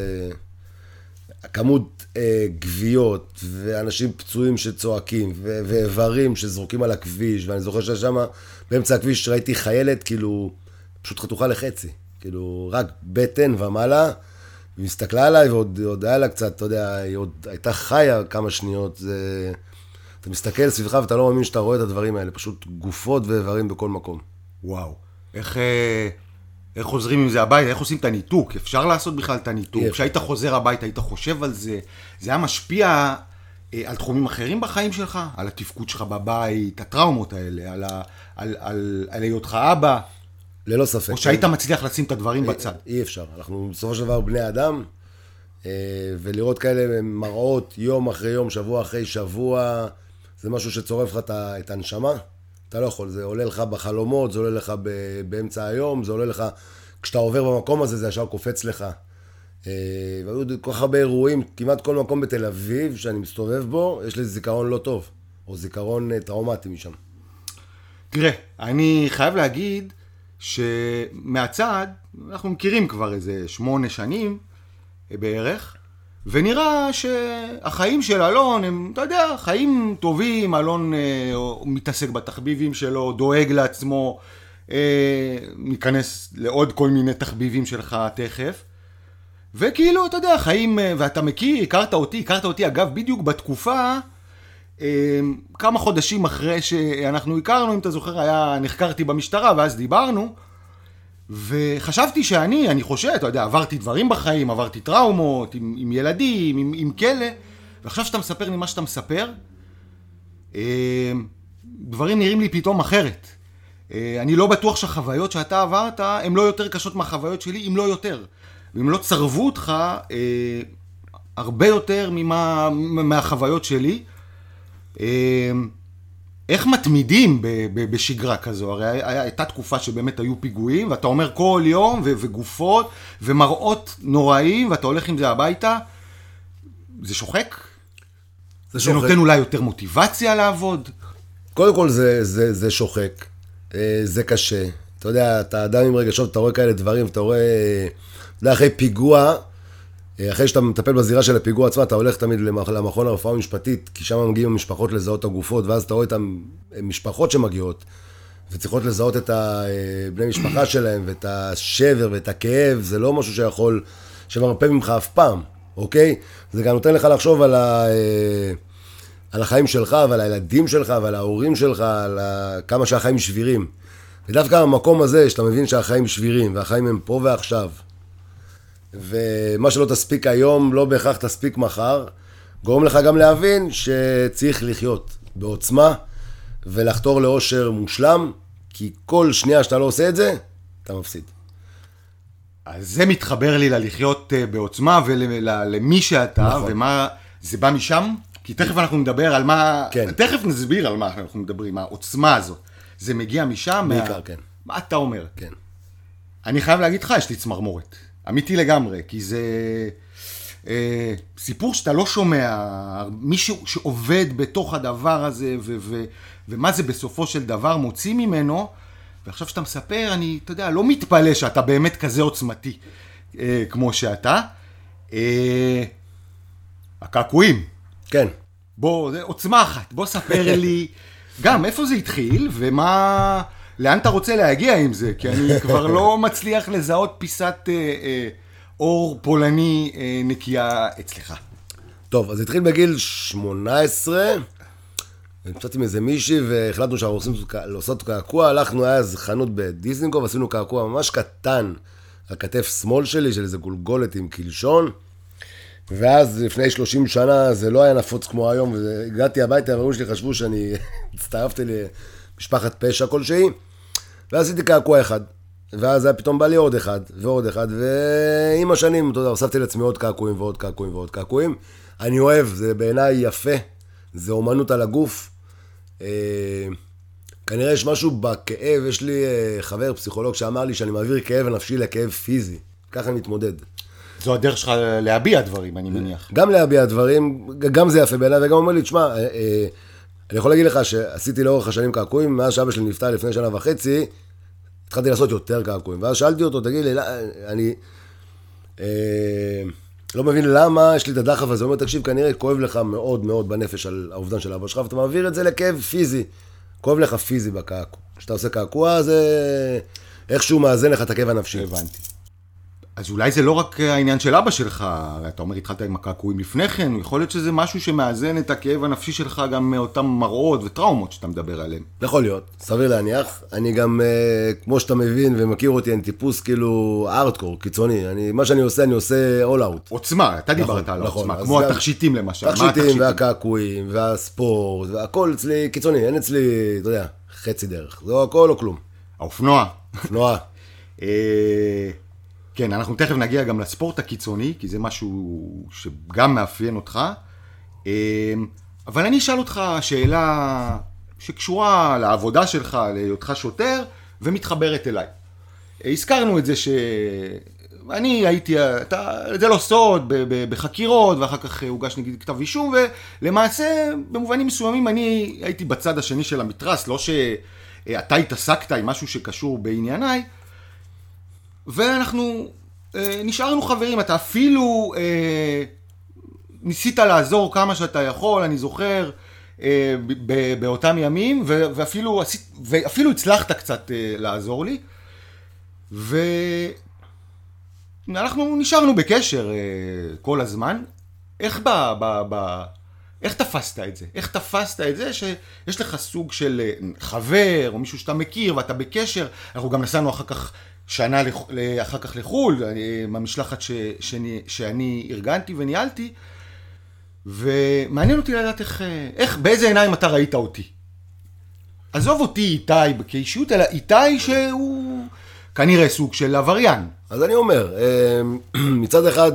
כמות אה, גוויות ואנשים פצועים שצועקים ו- ואיברים שזרוקים על הכביש, ואני זוכר ששם באמצע הכביש ראיתי חיילת כאילו פשוט חתוכה לחצי, כאילו רק בטן ומעלה, והיא הסתכלה עליי ועוד עוד היה לה קצת, אתה יודע, היא עוד הייתה חיה כמה שניות. זה... אתה מסתכל סביבך ואתה לא מאמין שאתה רואה את הדברים האלה, פשוט גופות ואיברים בכל מקום. וואו, איך... איך חוזרים עם זה הביתה, איך עושים את הניתוק, אפשר לעשות בכלל את הניתוק, יפה. כשהיית חוזר הביתה, היית חושב על זה, זה היה משפיע אה, על תחומים אחרים בחיים שלך, על התפקוד שלך בבית, הטראומות האלה, על, ה, על, על, על היותך אבא, ללא ספק. או שהיית מצליח לשים את הדברים בצד. אי אפשר, אנחנו בסופו של דבר בני אדם, אה, ולראות כאלה מראות יום אחרי יום, שבוע אחרי שבוע, זה משהו שצורף לך את הנשמה. אתה לא יכול, זה עולה לך בחלומות, זה עולה לך באמצע היום, זה עולה לך, כשאתה עובר במקום הזה, זה ישר קופץ לך. והיו כל כך הרבה אירועים, כמעט כל מקום בתל אביב שאני מסתובב בו, יש לי זיכרון לא טוב, או זיכרון טראומטי משם. תראה, אני חייב להגיד שמהצד, אנחנו מכירים כבר איזה שמונה שנים בערך, ונראה שהחיים של אלון הם, אתה יודע, חיים טובים, אלון אה, מתעסק בתחביבים שלו, דואג לעצמו, אה, ניכנס לעוד כל מיני תחביבים שלך תכף, וכאילו, אתה יודע, חיים, אה, ואתה מכיר, הכרת אותי, הכרת אותי אגב בדיוק בתקופה, אה, כמה חודשים אחרי שאנחנו הכרנו, אם אתה זוכר, היה, נחקרתי במשטרה ואז דיברנו, וחשבתי שאני, אני חושב, אתה יודע, עברתי דברים בחיים, עברתי טראומות, עם, עם ילדים, עם, עם כלא, ועכשיו שאתה מספר לי מה שאתה מספר, דברים נראים לי פתאום אחרת. אני לא בטוח שהחוויות שאתה עברת, הן לא יותר קשות מהחוויות שלי, אם לא יותר. ואם לא צרבו אותך, הרבה יותר ממה, מהחוויות שלי. איך מתמידים ב- ב- בשגרה כזו? הרי הייתה תקופה שבאמת היו פיגועים, ואתה אומר כל יום, ו- וגופות, ומראות נוראים, ואתה הולך עם זה הביתה. זה שוחק? זה, זה שוחק. נותן אולי יותר מוטיבציה לעבוד? קודם כל זה, זה, זה שוחק, זה קשה. אתה יודע, אתה אדם עם רגשות, אתה רואה כאלה דברים, אתה רואה, אתה יודע, אחרי פיגוע, אחרי שאתה מטפל בזירה של הפיגוע עצמה, אתה הולך תמיד למכון הרפואה המשפטית, כי שם מגיעים המשפחות לזהות הגופות, ואז אתה רואה את המשפחות שמגיעות, וצריכות לזהות את בני משפחה שלהם, ואת השבר ואת הכאב, זה לא משהו שיכול, שמרפא ממך אף פעם, אוקיי? זה גם נותן לך לחשוב על, ה, על החיים שלך, ועל הילדים שלך, ועל ההורים שלך, על כמה שהחיים שבירים. ודווקא במקום הזה, שאתה מבין שהחיים שבירים, והחיים הם פה ועכשיו, ומה שלא תספיק היום לא בהכרח תספיק מחר, גורם לך גם להבין שצריך לחיות בעוצמה ולחתור לאושר מושלם, כי כל שנייה שאתה לא עושה את זה, אתה מפסיד. אז זה מתחבר לי ללחיות בעוצמה ולמי שאתה, נכון. ומה זה בא משם? כי תכף אנחנו נדבר על מה, כן. תכף נסביר על מה אנחנו מדברים, העוצמה הזאת. זה מגיע משם? בעיקר, מה... כן. מה אתה אומר? כן. אני חייב להגיד לך, יש לי צמרמורת. אמיתי לגמרי, כי זה אה, סיפור שאתה לא שומע, מישהו שעובד בתוך הדבר הזה, ו- ו- ומה זה בסופו של דבר מוציא ממנו, ועכשיו שאתה מספר, אני, אתה יודע, לא מתפלא שאתה באמת כזה עוצמתי, אה, כמו שאתה. אה, הקעקועים. כן. בוא, זה עוצמה אחת, בוא ספר לי גם איפה זה התחיל, ומה... לאן אתה רוצה להגיע עם זה? כי אני כבר לא מצליח לזהות פיסת אה, אה, אור פולני אה, נקייה אצלך. טוב, אז התחיל בגיל שמונה עשרה, נמצאתי עם איזה מישהי והחלטנו שאנחנו עושים לעשות קעקוע, הלכנו, היה איזה חנות בדיזנגוף, עשינו קעקוע ממש קטן, על כתף שמאל שלי, של איזה גולגולת עם קלשון, ואז לפני שלושים שנה זה לא היה נפוץ כמו היום, והגעתי הביתה, וההורים שלי חשבו שאני הצטרפתי למשפחת פשע כלשהי, ואז עשיתי קעקוע אחד, ואז היה פתאום בא לי עוד אחד, ועוד אחד, ועם השנים, אתה יודע, הוספתי לעצמי עוד קעקועים ועוד קעקועים ועוד קעקועים. אני אוהב, זה בעיניי יפה, זה אומנות על הגוף. אה, כנראה יש משהו בכאב, יש לי אה, חבר פסיכולוג שאמר לי שאני מעביר כאב נפשי לכאב פיזי, ככה אני מתמודד. זו הדרך שלך להביע דברים, אני מניח. גם להביע דברים, גם זה יפה בעיניי, וגם אומר לי, תשמע, אה, אה, אני יכול להגיד לך שעשיתי לאורך השנים קעקועים, מאז שאבא שלי נפטר לפני שנה וחצי, התחלתי לעשות יותר קעקועים, ואז שאלתי אותו, תגיד לי, אני אה, לא מבין למה יש לי את הדחף הזה, הוא אומר, תקשיב, כנראה כואב לך מאוד מאוד בנפש על האובדן של אבא שלך, ואתה מעביר את זה לכאב פיזי, כואב לך פיזי בקעקוע. כשאתה עושה קעקוע, זה איכשהו מאזן לך את הכאב הנפשי. הבנתי. אז אולי זה לא רק העניין של אבא שלך, אתה אומר, התחלת עם הקעקועים לפני כן, יכול להיות שזה משהו שמאזן את הכאב הנפשי שלך גם מאותם מראות וטראומות שאתה מדבר עליהם. יכול להיות, סביר להניח. אני גם, כמו שאתה מבין ומכיר אותי, אני טיפוס כאילו ארטקור, קיצוני. אני, מה שאני עושה, אני עושה all out. עוצמה, אתה דיברת על העוצמה, כמו התכשיטים למשל. התכשיטים והקעקועים והספורט, והכל אצלי קיצוני, אין אצלי, אתה יודע, חצי דרך. זה הכל או כלום. האופנוע. אופנוע. כן, אנחנו תכף נגיע גם לספורט הקיצוני, כי זה משהו שגם מאפיין אותך. אבל אני אשאל אותך שאלה שקשורה לעבודה שלך, להיותך שוטר, ומתחברת אליי. הזכרנו את זה שאני הייתי, אתה, זה לא סוד, בחקירות, ואחר כך הוגש נגיד כתב אישום, ולמעשה, במובנים מסוימים, אני הייתי בצד השני של המתרס, לא שאתה התעסקת עם משהו שקשור בענייניי, ואנחנו אה, נשארנו חברים, אתה אפילו אה, ניסית לעזור כמה שאתה יכול, אני זוכר, אה, ב- באותם ימים, ו- ואפילו, ואפילו הצלחת קצת אה, לעזור לי, ואנחנו נשארנו בקשר אה, כל הזמן. איך, ב- ב- ב- איך תפסת את זה? איך תפסת את זה שיש לך סוג של חבר, או מישהו שאתה מכיר, ואתה בקשר, אנחנו גם נסענו אחר כך, שנה אחר כך לחול, מהמשלחת ש, שאני, שאני ארגנתי וניהלתי, ומעניין אותי לדעת איך, איך, באיזה עיניים אתה ראית אותי. עזוב אותי איתי כאישיות, אלא איתי שהוא כנראה סוג של עבריין. אז אני אומר, מצד אחד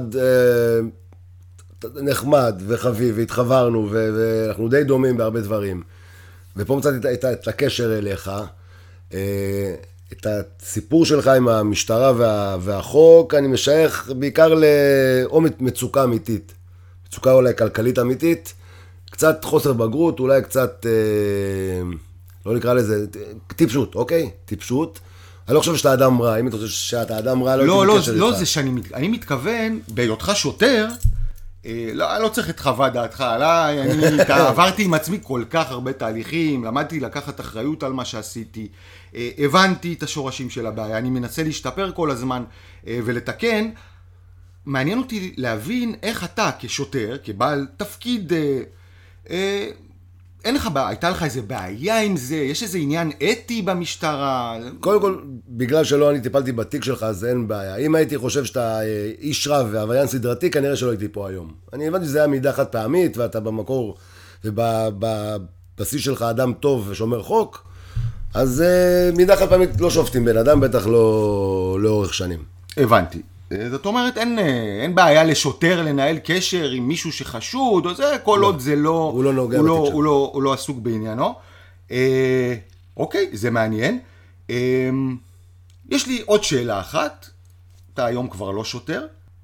נחמד וחביב, והתחברנו, ואנחנו די דומים בהרבה דברים. ופה מצאתי את, את הקשר אליך, את הסיפור שלך עם המשטרה וה, והחוק, אני משייך בעיקר לעומד מצוקה אמיתית. מצוקה אולי כלכלית אמיתית, קצת חוסר בגרות, אולי קצת, אה, לא נקרא לזה, טיפשות, אוקיי? טיפשות. אני לא חושב שאתה אדם רע, אם אתה חושב שאתה אדם רע, לא, לא הייתי בקשר איתך. לא, לא זה שאני מת... אני מתכוון, בהיותך שוטר, אה, לא, לא צריך את חוות דעתך עליי, אני עברתי עם עצמי כל כך הרבה תהליכים, למדתי לקחת אחריות על מה שעשיתי, אה, הבנתי את השורשים של הבעיה, אני מנסה להשתפר כל הזמן אה, ולתקן. מעניין אותי להבין איך אתה כשוטר, כבעל תפקיד, אה, אה, אין לך בעיה, הייתה לך איזה בעיה עם זה, יש איזה עניין אתי במשטרה? קודם כל, בגלל שלא אני טיפלתי בתיק שלך, אז אין בעיה. אם הייתי חושב שאתה איש רב ועבריין סדרתי, כנראה שלא הייתי פה היום. אני הבנתי שזה היה מידה חד פעמית, ואתה במקור, ובבסיס שלך אדם טוב ושומר חוק, אז מידה חד פעמית לא שופטים בן אדם, בטח לא לאורך שנים. הבנתי. זאת אומרת, אין, אין בעיה לשוטר לנהל קשר עם מישהו שחשוד, או זה, כל לא, עוד זה לא, הוא לא נוגע הוא לא, הוא לא, הוא לא עסוק בעניינו. אה, אוקיי, זה מעניין. אה, יש לי עוד שאלה אחת, אתה היום כבר לא שוטר,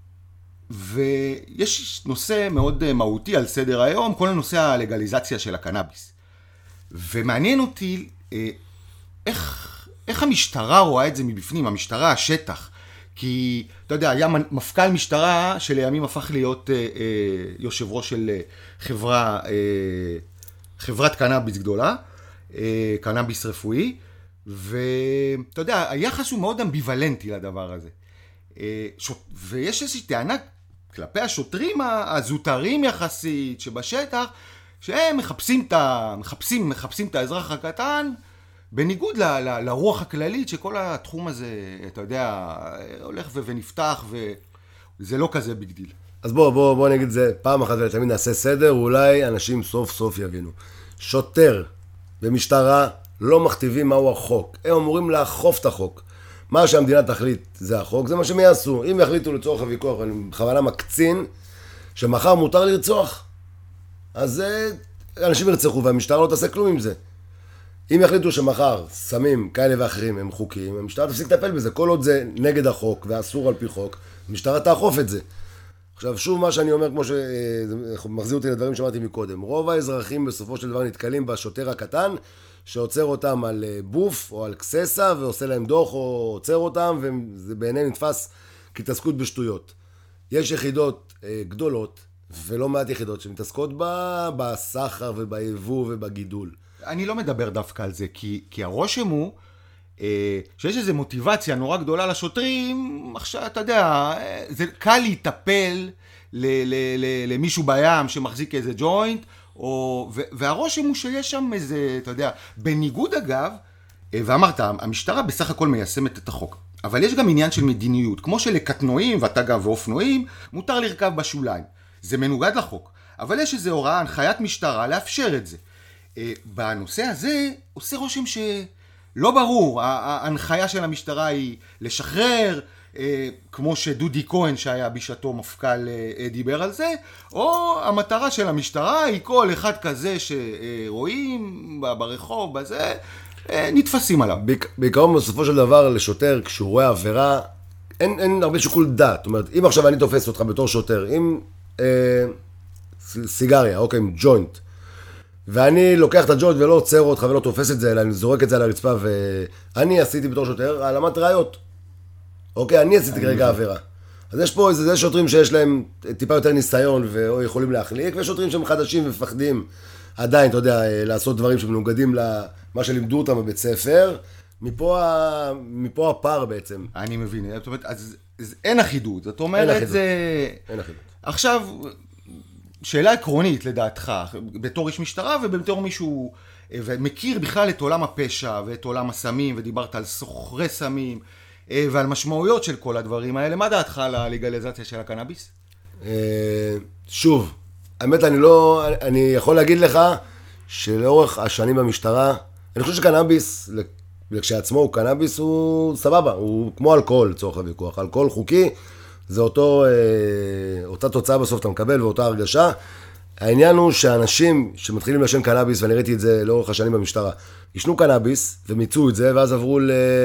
ויש נושא מאוד מהותי על סדר היום, כל הנושא הלגליזציה של הקנאביס. ומעניין אותי, אה, איך, איך המשטרה רואה את זה מבפנים, המשטרה, השטח, כי, אתה יודע, היה מפכ"ל משטרה שלימים הפך להיות אה, אה, יושב ראש של אה, חברה, אה, חברת קנאביס גדולה, אה, קנאביס רפואי, ואתה יודע, היחס הוא מאוד אמביוולנטי לדבר הזה. אה, שוט, ויש איזושהי טענה כלפי השוטרים הזוטרים יחסית שבשטח, שהם מחפשים את, מחפשים, מחפשים את האזרח הקטן, בניגוד ל, ל, לרוח הכללית שכל התחום הזה, אתה יודע, הולך ו, ונפתח, וזה לא כזה ביג דיל. אז בוא, בוא, בוא נגיד זה פעם אחת ולתמיד נעשה סדר, אולי אנשים סוף סוף יבינו. שוטר ומשטרה לא מכתיבים מהו החוק, הם אמורים לאכוף את החוק. מה שהמדינה תחליט זה החוק, זה מה שהם יעשו. אם יחליטו לצורך הוויכוח, אני בכוונה מקצין, שמחר מותר לרצוח, אז אנשים ירצחו והמשטרה לא תעשה כלום עם זה. אם יחליטו שמחר סמים כאלה ואחרים הם חוקיים, המשטרה תפסיק לטפל בזה. כל עוד זה נגד החוק ואסור על פי חוק, המשטרה תאכוף את זה. עכשיו שוב מה שאני אומר, כמו שמחזיר אותי לדברים שאמרתי מקודם, רוב האזרחים בסופו של דבר נתקלים בשוטר הקטן, שעוצר אותם על בוף או על קססה ועושה להם דוח או עוצר אותם, וזה בעיניהם נתפס כתעסקות בשטויות. יש יחידות גדולות ולא מעט יחידות שמתעסקות בסחר וביבוא ובגידול. אני לא מדבר דווקא על זה, כי, כי הרושם הוא שיש איזו מוטיבציה נורא גדולה לשוטרים, עכשיו אתה יודע, זה קל להיטפל ל- ל- ל- למישהו בים שמחזיק איזה ג'וינט, או, והרושם הוא שיש שם איזה, אתה יודע, בניגוד אגב, ואמרת, המשטרה בסך הכל מיישמת את החוק, אבל יש גם עניין של מדיניות, כמו שלקטנועים, ואתה גם ואופנועים, מותר לרכב בשוליים, זה מנוגד לחוק, אבל יש איזו הוראה, הנחיית משטרה, לאפשר את זה. בנושא הזה עושה רושם שלא ברור, ההנחיה של המשטרה היא לשחרר, כמו שדודי כהן שהיה בשעתו מפכ"ל דיבר על זה, או המטרה של המשטרה היא כל אחד כזה שרואים ברחוב, בזה, נתפסים עליו. בעיקרון בסופו של דבר לשוטר כשהוא רואה עבירה, אין, אין הרבה שיקול דעת. זאת אומרת, אם עכשיו אני תופס אותך בתור שוטר, עם אה, סיגריה, אוקיי, עם ג'וינט, ואני לוקח את הג'וינט ולא עוצר אותך ולא תופס את זה, אלא אני זורק את זה על הרצפה, ואני עשיתי בתור שוטר העלמת ראיות. אוקיי, אני עשיתי כרגע עבירה. אז יש פה איזה שוטרים שיש להם טיפה יותר ניסיון ויכולים להחליק, ויש שוטרים שהם חדשים ומפחדים עדיין, אתה יודע, לעשות דברים שמנוגדים למה שלימדו אותם בבית ספר. מפה, ה... מפה הפער בעצם. אני מבין, זאת אומרת, אז, אז אין אחידות, זאת אומרת, זה... אין אחידות. עכשיו, שאלה עקרונית לדעתך, בתור איש משטרה ובתור מישהו, ומכיר בכלל את עולם הפשע ואת עולם הסמים, ודיברת על סוחרי סמים, ועל משמעויות של כל הדברים האלה, מה דעתך על הלגליזציה של הקנאביס? שוב, האמת אני לא, אני יכול להגיד לך שלאורך השנים במשטרה, אני חושב שקנאביס, כשעצמו הוא קנאביס, הוא סבבה, הוא כמו אלכוהול לצורך הוויכוח, אלכוהול חוקי, זה אותו, אותה תוצאה בסוף אתה מקבל ואותה הרגשה. העניין הוא שאנשים שמתחילים לשן קנאביס, ואני ראיתי את זה לאורך השנים במשטרה, ישנו קנאביס ומיצו את זה, ואז עברו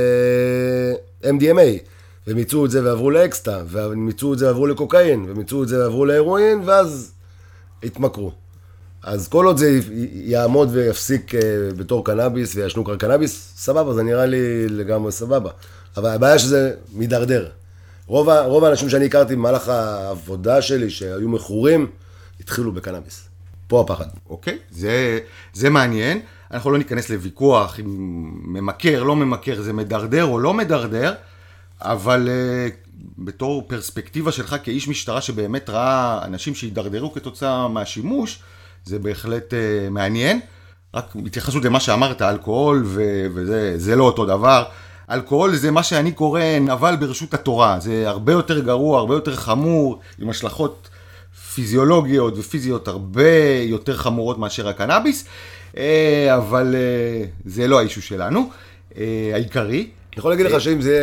ל-אם די אם איי, ומיצו את זה ועברו לאקסטה, ומיצו את זה ועברו לקוקאין, ומיצו את זה ועברו להירואין, ואז התמכרו. אז כל עוד זה יעמוד ויפסיק בתור קנאביס, וישנו כבר קנאביס, סבבה, זה נראה לי לגמרי סבבה. אבל הבעיה שזה מדרדר. רוב, רוב האנשים שאני הכרתי במהלך העבודה שלי, שהיו מכורים, התחילו בקנאביס. פה הפחד. אוקיי, זה, זה מעניין. אנחנו לא ניכנס לוויכוח אם ממכר, לא ממכר, זה מדרדר או לא מדרדר, אבל uh, בתור פרספקטיבה שלך כאיש משטרה שבאמת ראה אנשים שהידרדרו כתוצאה מהשימוש, זה בהחלט uh, מעניין. רק התייחסות למה שאמרת, אלכוהול ו- וזה זה לא אותו דבר. אלכוהול זה מה שאני קורא נבל ברשות התורה, זה הרבה יותר גרוע, הרבה יותר חמור, עם השלכות פיזיולוגיות ופיזיות הרבה יותר חמורות מאשר הקנאביס, אבל זה לא האישו שלנו, העיקרי. אני יכול להגיד לך שאם זה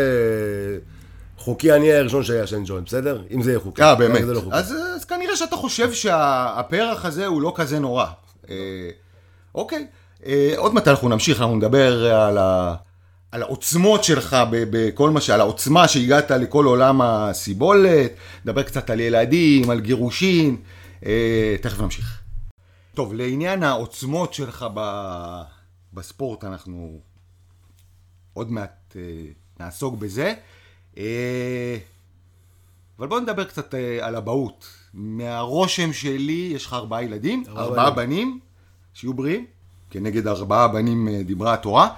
חוקי, אני אהיה הראשון שישן ג'וינט, בסדר? אם זה יהיה חוקי. אה, באמת. אז כנראה שאתה חושב שהפרח הזה הוא לא כזה נורא. אוקיי, עוד מעט אנחנו נמשיך, אנחנו נדבר על ה... על העוצמות שלך, בכל מה שעל העוצמה שהגעת לכל עולם הסיבולת, נדבר קצת על ילדים, על גירושין, אה, תכף נמשיך. טוב, לעניין העוצמות שלך ב, בספורט, אנחנו עוד מעט אה, נעסוק בזה, אה, אבל בואו נדבר קצת אה, על הבאות. מהרושם שלי, יש לך ארבעה ילדים, ארבעה, ארבעה בנים, שיהיו בריאים, כנגד ארבעה בנים אה, דיברה התורה,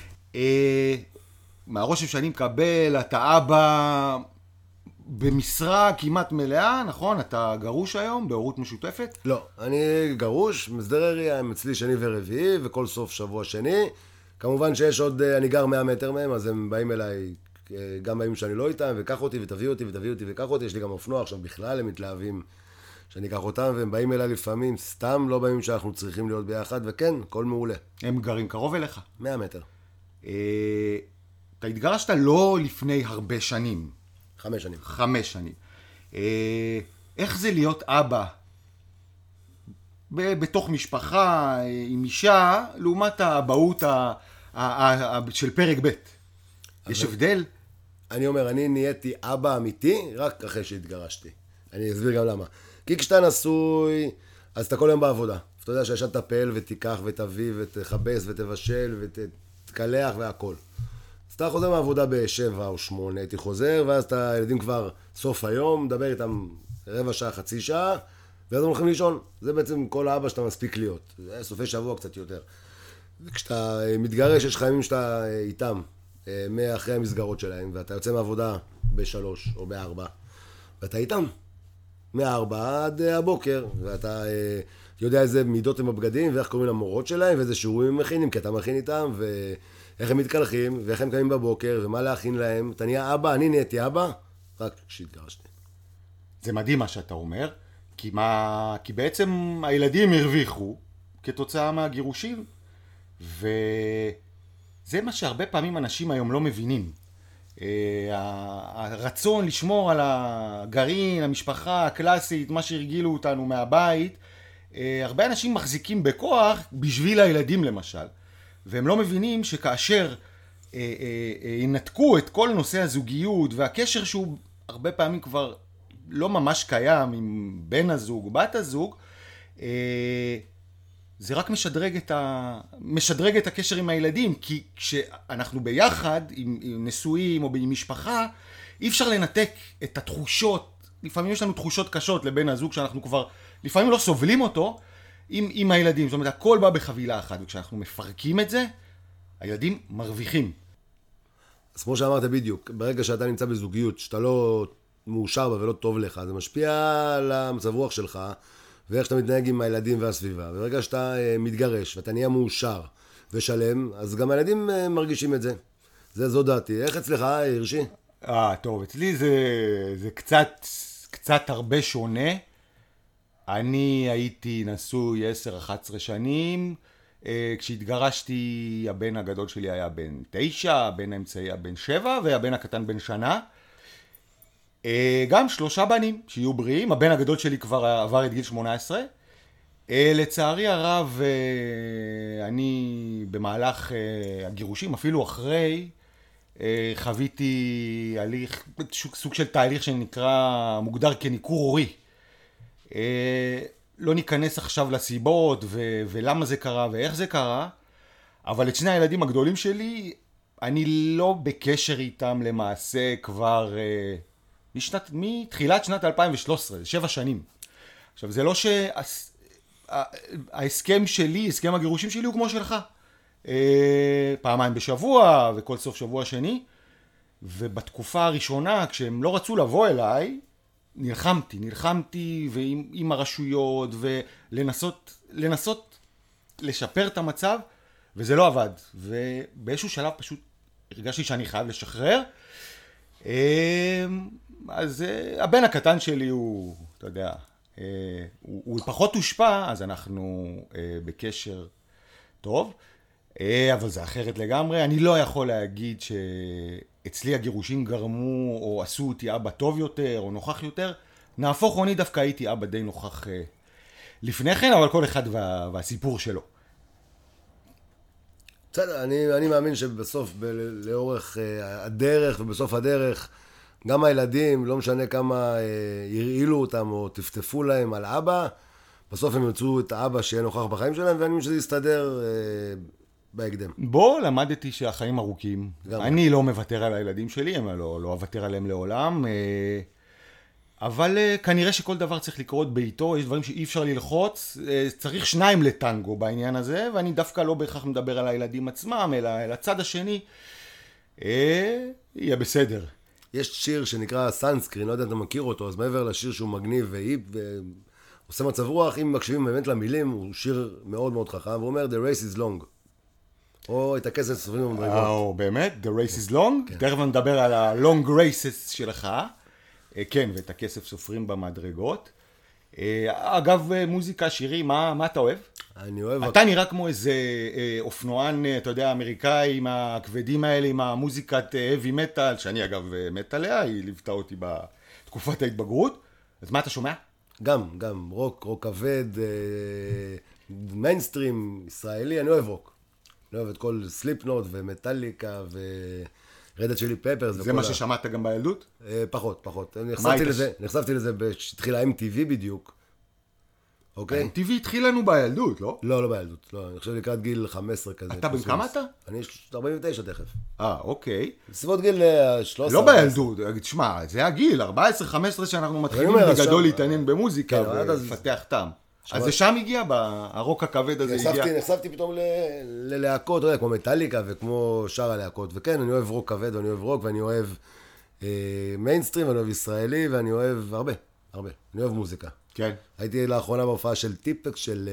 מהרושם שאני מקבל, אתה אבא במשרה כמעט מלאה, נכון? אתה גרוש היום, בהורות משותפת? לא, אני גרוש, מסדר עירייה, הם אצלי שני ורביעי, וכל סוף שבוע שני. כמובן שיש עוד, אני גר מאה מטר מהם, אז הם באים אליי גם בימים שאני לא איתם, וקח אותי ותביא אותי ותביא אותי וקח אותי. יש לי גם אופנוע, עכשיו בכלל הם מתלהבים שאני אקח אותם, והם באים אליי לפעמים, סתם לא בימים שאנחנו צריכים להיות ביחד, וכן, הכל מעולה. הם גרים קרוב אליך? מאה מטר. אתה התגרשת לא לפני הרבה שנים. חמש שנים. חמש שנים. איך זה להיות אבא בתוך משפחה עם אישה, לעומת האבהות של פרק ב'? יש הבדל? אני אומר, אני נהייתי אבא אמיתי רק אחרי שהתגרשתי. אני אסביר גם למה. כי כשאתה נשוי, אז אתה כל יום בעבודה. אתה יודע שהאישה תטפל ותיקח ותביא ותכבס ותבשל ותקלח והכל. אז אתה חוזר מהעבודה בשבע או שמונה, הייתי חוזר, ואז אתה הילדים כבר סוף היום, מדבר איתם רבע שעה, חצי שעה, ואז הם הולכים לישון. זה בעצם כל האבא שאתה מספיק להיות. זה סופי שבוע קצת יותר. וכשאתה מתגרש, יש לך ימים שאתה איתם. מאחרי המסגרות שלהם, ואתה יוצא מעבודה בשלוש או בארבע, ואתה איתם, מארבע עד הבוקר, ואתה יודע איזה מידות הם בבגדים, ואיך קוראים למורות שלהם, ואיזה שיעורים הם מכינים, כי אתה מכין איתם, ואיך הם מתקלחים, ואיך הם קמים בבוקר, ומה להכין להם. אתה נהיה אבא, אני נהייתי אבא, רק כשהתגרשתי. זה מדהים מה שאתה אומר, כי, מה... כי בעצם הילדים הרוויחו כתוצאה מהגירושים, וזה מה שהרבה פעמים אנשים היום לא מבינים. הרצון לשמור על הגרעין, המשפחה הקלאסית, מה שהרגילו אותנו מהבית, הרבה אנשים מחזיקים בכוח בשביל הילדים למשל, והם לא מבינים שכאשר ינתקו את כל נושא הזוגיות והקשר שהוא הרבה פעמים כבר לא ממש קיים עם בן הזוג, בת הזוג, זה רק משדרג את, ה... משדרג את הקשר עם הילדים, כי כשאנחנו ביחד עם, עם נשואים או עם משפחה, אי אפשר לנתק את התחושות, לפעמים יש לנו תחושות קשות לבן הזוג שאנחנו כבר לפעמים לא סובלים אותו עם, עם הילדים, זאת אומרת הכל בא בחבילה אחת, וכשאנחנו מפרקים את זה, הילדים מרוויחים. אז כמו שאמרת בדיוק, ברגע שאתה נמצא בזוגיות, שאתה לא מאושר בה ולא טוב לך, זה משפיע על המצב רוח שלך, ואיך שאתה מתנהג עם הילדים והסביבה. ברגע שאתה מתגרש ואתה נהיה מאושר ושלם, אז גם הילדים מרגישים את זה. זה זו דעתי. איך אצלך, הרשי? אה, טוב, אצלי זה, זה קצת, קצת הרבה שונה. אני הייתי נשוי עשר אחת עשרה שנים. כשהתגרשתי, הבן הגדול שלי היה בן תשע, הבן האמצעי היה בן שבע, והבן הקטן בן שנה. גם שלושה בנים שיהיו בריאים, הבן הגדול שלי כבר עבר את גיל שמונה עשרה. לצערי הרב, אני במהלך הגירושים, אפילו אחרי, חוויתי הליך, סוג של תהליך שנקרא, מוגדר כניכור הורי. לא ניכנס עכשיו לסיבות ו- ולמה זה קרה ואיך זה קרה, אבל את שני הילדים הגדולים שלי, אני לא בקשר איתם למעשה כבר... משנת, מתחילת שנת אלפיים ושלוש עשרה, שבע שנים. עכשיו, זה לא שההסכם שלי, הסכם הגירושים שלי הוא כמו שלך. פעמיים בשבוע וכל סוף שבוע שני. ובתקופה הראשונה, כשהם לא רצו לבוא אליי, נלחמתי, נלחמתי ועם, עם הרשויות ולנסות, לנסות לשפר את המצב, וזה לא עבד. ובאיזשהו שלב פשוט הרגשתי שאני חייב לשחרר. אז הבן הקטן שלי הוא, אתה יודע, הוא, הוא פחות הושפע, אז אנחנו בקשר טוב, אבל זה אחרת לגמרי. אני לא יכול להגיד שאצלי הגירושים גרמו או עשו אותי אבא טוב יותר או נוכח יותר. נהפוך, אני דווקא הייתי אבא די נוכח לפני כן, אבל כל אחד וה, והסיפור שלו. בסדר, אני, אני מאמין שבסוף, ב, לאורך הדרך ובסוף הדרך, גם הילדים, לא משנה כמה ירעילו אותם או תפתפו להם על אבא, בסוף הם ימצאו את האבא שיהיה נוכח בחיים שלהם, ואני חושב שזה יסתדר אה, בהקדם. בו למדתי שהחיים ארוכים. גם אני לא מוותר על הילדים שלי, אני לא, לא אוותר עליהם לעולם. אה, אבל אה, כנראה שכל דבר צריך לקרות בעיתו, יש דברים שאי אפשר ללחוץ, אה, צריך שניים לטנגו בעניין הזה, ואני דווקא לא בהכרח מדבר על הילדים עצמם, אלא על הצד השני, אה, יהיה בסדר. יש שיר שנקרא סנסקרין, לא יודע אם אתה מכיר אותו, אז מעבר לשיר שהוא מגניב והיפ ועושה מצב רוח, אם מקשיבים באמת למילים, הוא שיר מאוד מאוד חכם, והוא אומר, The race is long. או את הכסף סופרים במדרגות. או, באמת? The race is long? תכף נדבר על ה-long races שלך. כן, ואת הכסף סופרים במדרגות. אגב, מוזיקה, שירים, מה, מה אתה אוהב? אני אוהב... אתה נראה כמו איזה אופנוען, אתה יודע, אמריקאי, עם הכבדים האלה, עם המוזיקת heavy metal, שאני אגב מת עליה, היא ליוותה אותי בתקופת ההתבגרות. אז מה אתה שומע? גם, גם, רוק, רוק כבד, מיינסטרים, ישראלי, אני אוהב רוק. אני אוהב את כל סליפנוט ומטליקה ורדת שלי פפרס. זה מה ששמעת גם בילדות? פחות, פחות. נחשפתי לזה, נחשפתי לזה כשהתחילה אם טי וי בדיוק. אוקיי? אם טי וי התחיל לנו בילדות, לא? לא, לא בילדות, לא. אני חושב לקראת גיל חמש עשרה כזה. אתה בן כמה אתה? אני ארבעים ותשע תכף. אה, אוקיי. בסביבות גיל שלוש עשרה. לא בילדות, תשמע, זה הגיל, ארבע עשרה חמש עשרה שאנחנו מתחילים בגדול להתעניין במוזיקה ולפתח טעם. אז זה שם הגיע, הרוק הכבד הזה הגיע. נחשפתי פתאום ללהקות, אתה יודע, כמו מטאליקה וכמו שאר הלהקות. וכן, אני אוהב רוק כבד, ואני אוהב רוק, ואני אוהב מיינסטרים, ואני אוהב ישראלי, ואני אוהב הרבה, הרבה. אני אוהב מוזיקה. כן. הייתי לאחרונה בהופעה של טיפקס, של,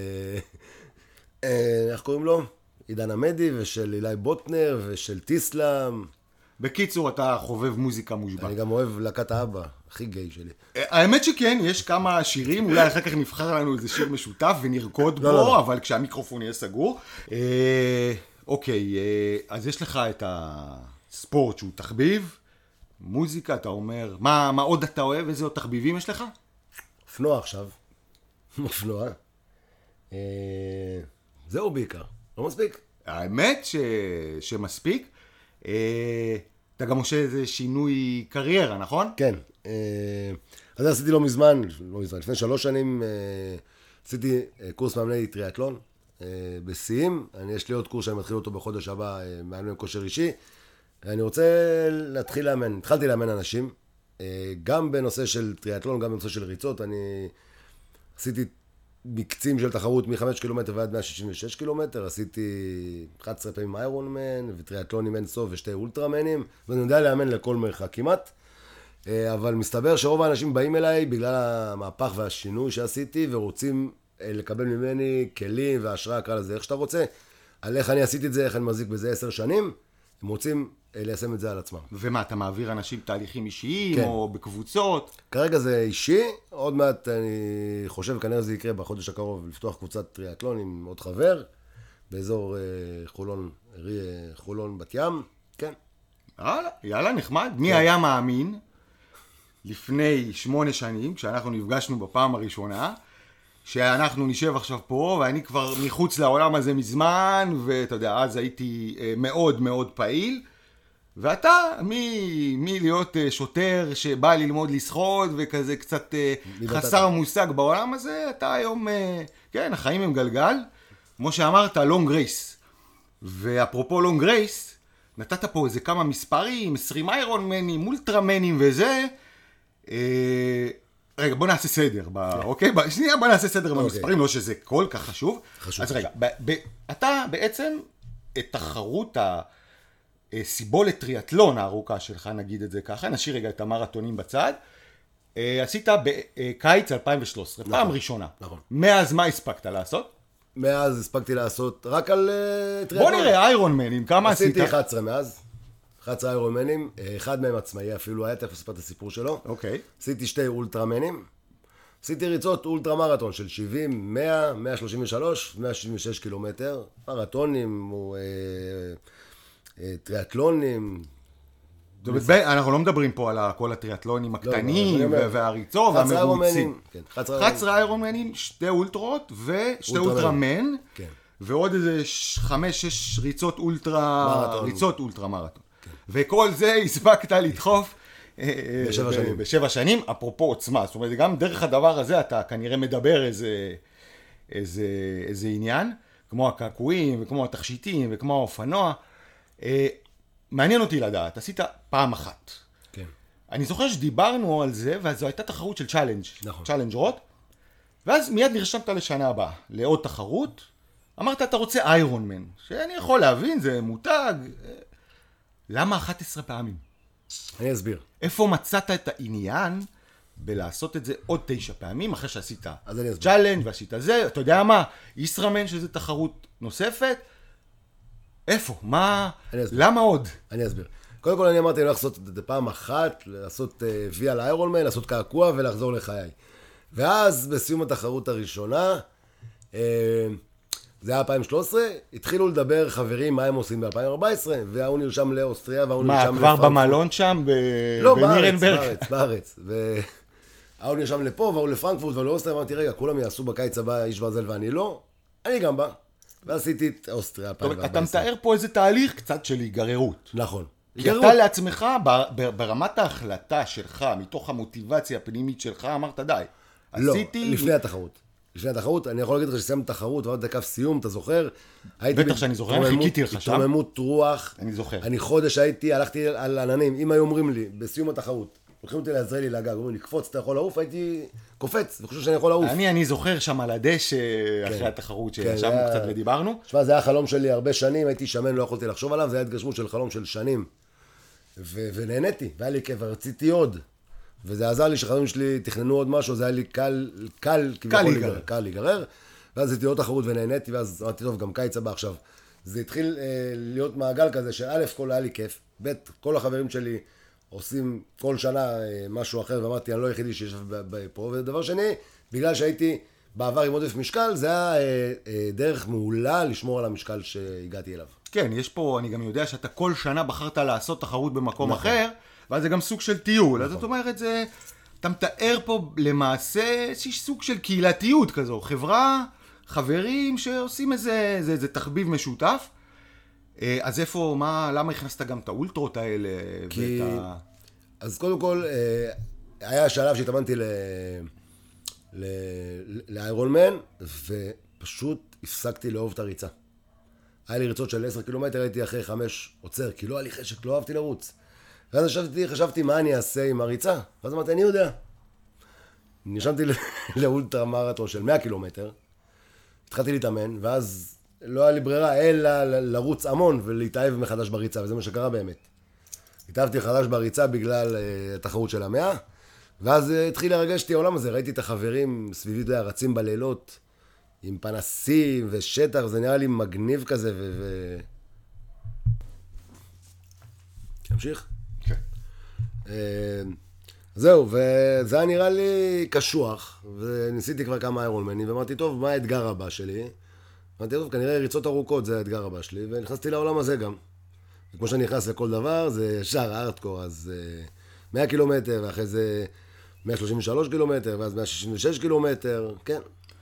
איך קוראים לו? עידן עמדי, ושל אילי בוטנר, ושל טיסלאם. בקיצור, אתה חובב מוזיקה מושבע. אני גם אוהב להקת האבא, הכי גיי שלי. האמת שכן, יש כמה שירים, אולי אחר כך נבחר לנו איזה שיר משותף ונרקוד בו, לא, לא. אבל כשהמיקרופון יהיה סגור. אוקיי, אז יש לך את הספורט שהוא תחביב, מוזיקה, אתה אומר, מה, מה עוד אתה אוהב? איזה עוד תחביבים יש לך? אופנוע עכשיו. אופנוע. זהו בעיקר, לא מספיק. האמת ש... שמספיק. אתה גם עושה איזה שינוי קריירה, נכון? כן. אז עשיתי לא מזמן, לא מזמן, לפני שלוש שנים עשיתי קורס מאמני טריאטלון בשיאים. יש לי עוד קורס שאני מתחיל אותו בחודש הבא, מאמני כושר אישי. אני רוצה להתחיל לאמן, התחלתי לאמן אנשים, גם בנושא של טריאטלון, גם בנושא של ריצות. אני עשיתי מקצים של תחרות מ-חמישה קילומטר ועד מאה שישים ושש קילומטר, עשיתי אחת עשרה פעמים איירון מן, וטריאטלונים אין סוף ושתי אולטרמנים, ואני יודע לאמן לכל מרחק כמעט, אבל מסתבר שרוב האנשים באים אליי בגלל המהפך והשינוי שעשיתי, ורוצים לקבל ממני כלים והשראה, קרא לזה איך שאתה רוצה, על איך אני עשיתי את זה, איך אני מחזיק בזה עשר שנים, הם רוצים ליישם את זה על עצמם. ומה, אתה מעביר אנשים תהליכים אישיים, כן. או בקבוצות? כרגע זה אישי, עוד מעט אני חושב, כנראה זה יקרה בחודש הקרוב, לפתוח קבוצת טריאטלון עם עוד חבר, באזור חולון, חולון בת ים, כן. יאללה, יאללה, נחמד. מי היה מאמין לפני שמונה שנים, כשאנחנו נפגשנו בפעם הראשונה, שאנחנו נשב עכשיו פה, ואני כבר מחוץ לעולם הזה מזמן, ואתה יודע, אז הייתי מאוד מאוד פעיל, ואתה, מי, מי להיות שוטר שבא ללמוד לשחות, וכזה קצת חסר מושג בעולם הזה, אתה היום, כן, החיים הם גלגל, כמו שאמרת, לונג רייס. ואפרופו לונג רייס, נתת פה איזה כמה מספרים, עשרים איירון מנים, אולטרמנים וזה, רגע, בוא נעשה סדר, ב... אוקיי? שנייה, בוא נעשה סדר במספרים, לא שזה כל כך חשוב. חשוב. אז רגע, ב... ב... אתה בעצם, את תחרות הסיבולת טריאטלון הארוכה שלך, נגיד את זה ככה, נשאיר רגע את המרתונים בצד, עשית בקיץ אלפיים ושלוש עשרה, נכון, פעם ראשונה. נכון. מאז מה הספקת לעשות? מאז הספקתי לעשות רק על uh, טריאטלון. בוא נראה, איירון מנים, כמה עשית? עשיתי אחת עשרה מאז. אחת עשרה איירון מנים, אחד מהם עצמאי אפילו, היה תכף לספר את הסיפור שלו. אוקיי. עשיתי שתי אולטרמנים. עשיתי ריצות אולטרה מרתון של שבעים, מאה, מאה שלושים ושלוש, מאה שישים ושש קילומטר. מרתונים, או, אה, אה, טריאטלונים. אנחנו לא מדברים פה על כל הטריאטלונים הקטנים והריצות והמרוצים. אחת עשרה איירון מנים, שתי אולטרות ושתי אולטרמן. כן. ועוד איזה חמש, שש ריצות אולטרה, ריצות אולטרה מרתון. וכל זה הספקת לדחוף בשבע שנים. בשבע שנים, אפרופו עוצמה. זאת אומרת, גם דרך הדבר הזה אתה כנראה מדבר איזה, איזה, איזה עניין, כמו הקעקועים וכמו התכשיטים וכמו האופנוע. מעניין אותי לדעת, עשית פעם אחת. כן. אני זוכר שדיברנו על זה, וזו הייתה תחרות של צ'אלנג'. נכון. צ'אלנג' רוט. ואז מיד נרשמת לשנה הבאה, לעוד תחרות. אמרת, אתה רוצה איירון מן, שאני יכול להבין, זה מותג. למה אחת עשרה פעמים? אני אסביר. איפה מצאת את העניין בלעשות את זה עוד תשע פעמים, אחרי שעשית אז צ'אלנג' ועשית זה, אתה יודע מה? ישראמן שזה תחרות נוספת? איפה? מה? למה עוד? אני אסביר. קודם כל אני אמרתי, אני הולך לעשות את זה פעם אחת, לעשות וי על איירון מן, לעשות קעקוע ולחזור לחיי. ואז בסיום התחרות הראשונה, זה היה אלפיים ושלוש עשרה, התחילו לדבר חברים מה הם עושים ב-אלפיים וארבע עשרה, והוא נרשם לאוסטריה, והוא נרשם לפרנקפורט. מה, כבר במלון שם? לא, בארץ, בארץ, בארץ. והוא נרשם לפה, והוא לפרנקפורט ולאוסטריה, ואמרתי, רגע, כולם יעשו בקיץ הבא איש ברזל ואני לא, אני גם בא. ועשיתי את אוסטריה אלפיים וארבע עשרה. אתה מתאר פה איזה תהליך קצת של היגררות. נכון. כי אתה לעצמך, ברמת ההחלטה שלך, מתוך המוטיבציה הפנימית שלך, אמרת די. לא, לפני התחרות. לפני התחרות, אני יכול להגיד לך שסיימת תחרות, ועוד דקף סיום, אתה זוכר? בטח שאני זוכר, חיכיתי לך שם. התרוממות רוח. אני זוכר. אני חודש הייתי, הלכתי על עננים, אם היו אומרים לי, בסיום התחרות, לוקחים אותי לעזרלי לגג, אומרים לי, קפוץ, אתה יכול לעוף? הייתי קופץ, וחושב שאני יכול לעוף. אני, אני זוכר שם על הדשא אחרי התחרות שישבנו קצת ודיברנו. תשמע, זה היה חלום שלי הרבה שנים, הייתי שמן, לא יכולתי לחשוב עליו, זה היה התגשמות של חלום של שנים. ונהניתי, והיה לי כיף, רציתי עוד. וזה עזר לי שחברים שלי תכננו עוד משהו, זה היה לי קל, קל, קל להיגרר. קל להיגרר. ואז הייתי עוד תחרות ונהניתי, ואז אמרתי, טוב, גם קיץ הבא עכשיו. זה התחיל אה, להיות מעגל כזה, שא' כל היה לי כיף, ב' כל החברים שלי עושים כל שנה אה, משהו אחר, ואמרתי, אני לא היחידי שישב פה, ודבר שני, בגלל שהייתי בעבר עם עודף משקל, זה היה אה, אה, דרך מעולה לשמור על המשקל שהגעתי אליו. כן, יש פה, אני גם יודע שאתה כל שנה בחרת לעשות תחרות במקום נכון. אחר, ואז זה גם סוג של טיול, נכון. אז זאת אומרת, זה, אתה מתאר פה למעשה איזשהו סוג של קהילתיות כזו, חברה, חברים שעושים איזה, איזה, איזה תחביב משותף. אז איפה, מה, למה הכנסת גם את האולטרות האלה? כי, ואת ה... אז קודם כל, היה שלב שהתאמנתי ל... ל... לאיירון מן, ופשוט הפסקתי לאהוב את הריצה. היה לי ריצות של עשרה קילומטר, הייתי אחרי חמש עוצר, כי לא היה לי חשק, לא אהבתי לרוץ. ואז חשבתי, חשבתי מה אני אעשה עם הריצה, ואז אמרתי, אני יודע. נרשמתי לאולטרה מרתון של מאה קילומטר, התחלתי להתאמן, ואז לא היה לי ברירה, אלא לרוץ המון ולהתאהב מחדש בריצה, וזה מה שקרה באמת. התאהבתי חדש בריצה בגלל התחרות של המאה, ואז התחיל לרגש אותי העולם הזה, ראיתי את החברים סביבי רצים בלילות, עם פנסים ושטח, זה נראה לי מגניב כזה, ו... ו... תמשיך? כן. זהו, וזה היה נראה לי קשוח, וניסיתי כבר כמה איירונמנים, ואמרתי, טוב, מה האתגר הבא שלי? אמרתי, טוב, כנראה ריצות ארוכות זה האתגר הבא שלי, ונכנסתי לעולם הזה גם. וכמו שאני נכנס לכל דבר, זה ישר הארדקור, אז מאה קילומטר, ואחרי זה מאה שלושים ושלוש קילומטר, ואז מאה שישים ושש קילומטר, כן.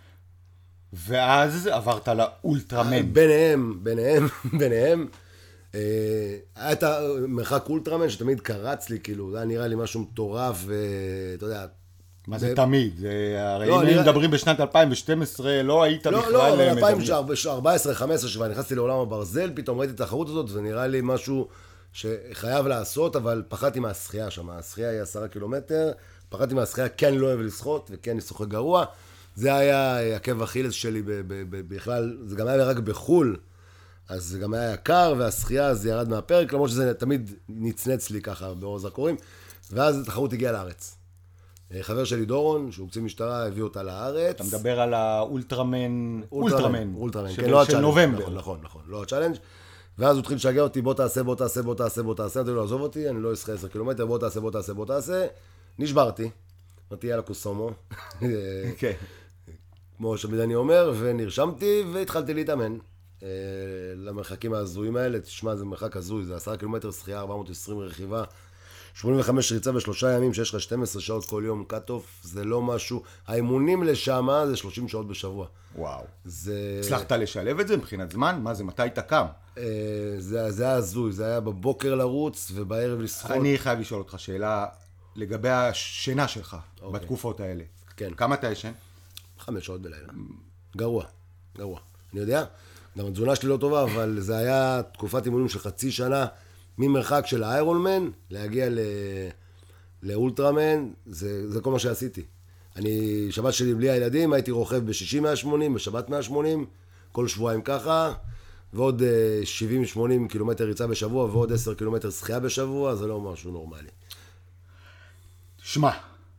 ואז עברת לאולטרמן. ביניהם, ביניהם, ביניהם. היה את המרחק אולטרמן שתמיד קרץ לי, כאילו, זה היה נראה לי משהו מטורף, ואתה יודע... מה זה תמיד? הרי אם מדברים בשנת אלפיים ושתים עשרה, לא היית בכלל מדבר. לא, לא, אלפיים וארבע עשרה חמש עשרה, נכנסתי לעולם הברזל, פתאום ראיתי את התחרות הזאת, זה נראה לי משהו שחייב לעשות, אבל פחדתי מהשחייה שם. השחייה היא עשרה קילומטר, פחדתי מהשחייה, כן לא אוהב לשחות, וכן אני שוחק גרוע. זה היה עקב אכילס שלי בכלל, זה גם היה רק בחול, אז זה גם היה יקר, והשחייה זה ירד מהפרק, למרות שזה תמיד נצנץ לי ככה באור זרקורים, ואז התחרות הגיעה לארץ. חבר שלי דורון, שהוא קצין משטרה, הביא אותה לארץ. אתה מדבר על האולטרמן, אולטרמן, אולטרמן, של, כן, לא של הצ'אלנג'. נובמבר. נכון, נכון, נכון, לא הצ'אלנג'. ואז הוא התחיל לשגע אותי, בוא תעשה, בוא תעשה, בוא תעשה, בוא תעשה, בוא תעשה, לא עזוב אותי, אני לא אשחה עשרה קילומטר, בוא תעשה, בוא תעשה, בוא תעשה. נשברתי. אמרתי, יאללה קוסומו. כן. כמו שמיד אני אומר, ונרשמתי והתחלתי להתאמן. למרחקים ההזויים האלה, תשמע, זה מרחק הזוי, זה עשרה קילומטר שחייה, ארבע מאות ועשרים רכיבה. שמונים וחמש ריצה בשלושה ימים, שיש לך שתים עשרה שעות כל יום, קאט-אוף, זה לא משהו. האימונים לשם זה שלושים שעות בשבוע. וואו. זה... הצלחת לשלב את זה מבחינת זמן? מה זה, מתי אתה קם? זה, זה היה הזוי, זה היה בבוקר לרוץ ובערב לשחות. אני חייב לשאול אותך שאלה לגבי השינה שלך okay. בתקופות האלה. כן. כמה אתה ישן? חמש שעות בלילה. גרוע, גרוע. אני יודע, גם התזונה שלי לא טובה, אבל זה היה תקופת אימונים של חצי שנה, ממרחק של האיירון מן, להגיע ל... לאולטרמן, זה, זה כל מה שעשיתי. אני, שבת שלי בלי הילדים, הייתי רוכב ב-שישים מאה שמונים, בשבת מאה שמונים, כל שבועיים ככה, ועוד שבעים שמונים קילומטר ריצה בשבוע, ועוד עשרה קילומטר שחייה בשבוע, זה לא משהו נורמלי. שמע,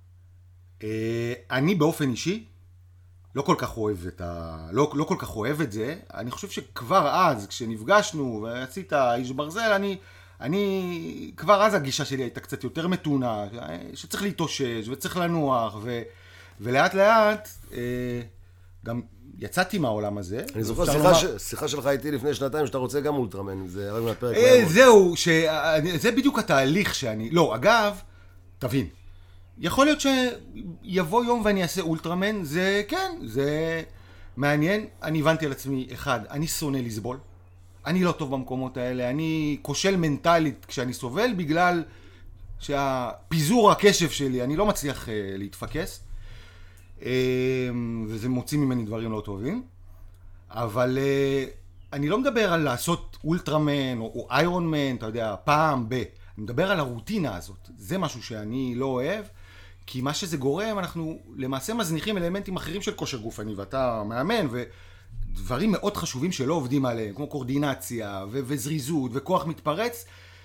אני באופן אישי, לא כל כך אוהב את ה... לא, לא כל כך אוהב את זה. אני חושב שכבר אז, כשנפגשנו ועשית איש ברזל, אני... אני, כבר אז הגישה שלי הייתה קצת יותר מתונה, שצריך להתאושש וצריך לנוח, ו, ולאט לאט אה, גם יצאתי מהעולם הזה. אני זוכר שיחה, לומר... ש... שיחה שלך איתי לפני שנתיים שאתה רוצה גם אולטרמן, זה רק מהפרק. אה, זהו, ש... זה בדיוק התהליך שאני... לא, אגב, תבין, יכול להיות שיבוא יום ואני אעשה אולטרמן, זה כן, זה מעניין. אני הבנתי על עצמי, אחד, אני שונא לסבול. אני לא טוב במקומות האלה, אני כושל מנטלית כשאני סובל, בגלל שהפיזור הקשב שלי, אני לא מצליח uh, להתפקס, uh, וזה מוציא ממני דברים לא טובים, אבל uh, אני לא מדבר על לעשות אולטרמן או, או איירון מן, אתה יודע, פעם ב... אני אני מדבר על הרוטינה הזאת. זה משהו שאני לא אוהב, כי מה שזה גורם, אנחנו למעשה מזניחים אלמנטים אחרים של כושר גופני, ואתה מאמן, ודברים מאוד חשובים שלא עובדים עליהם, כמו קורדינציה, ו- וזריזות, וכוח מתפרץ,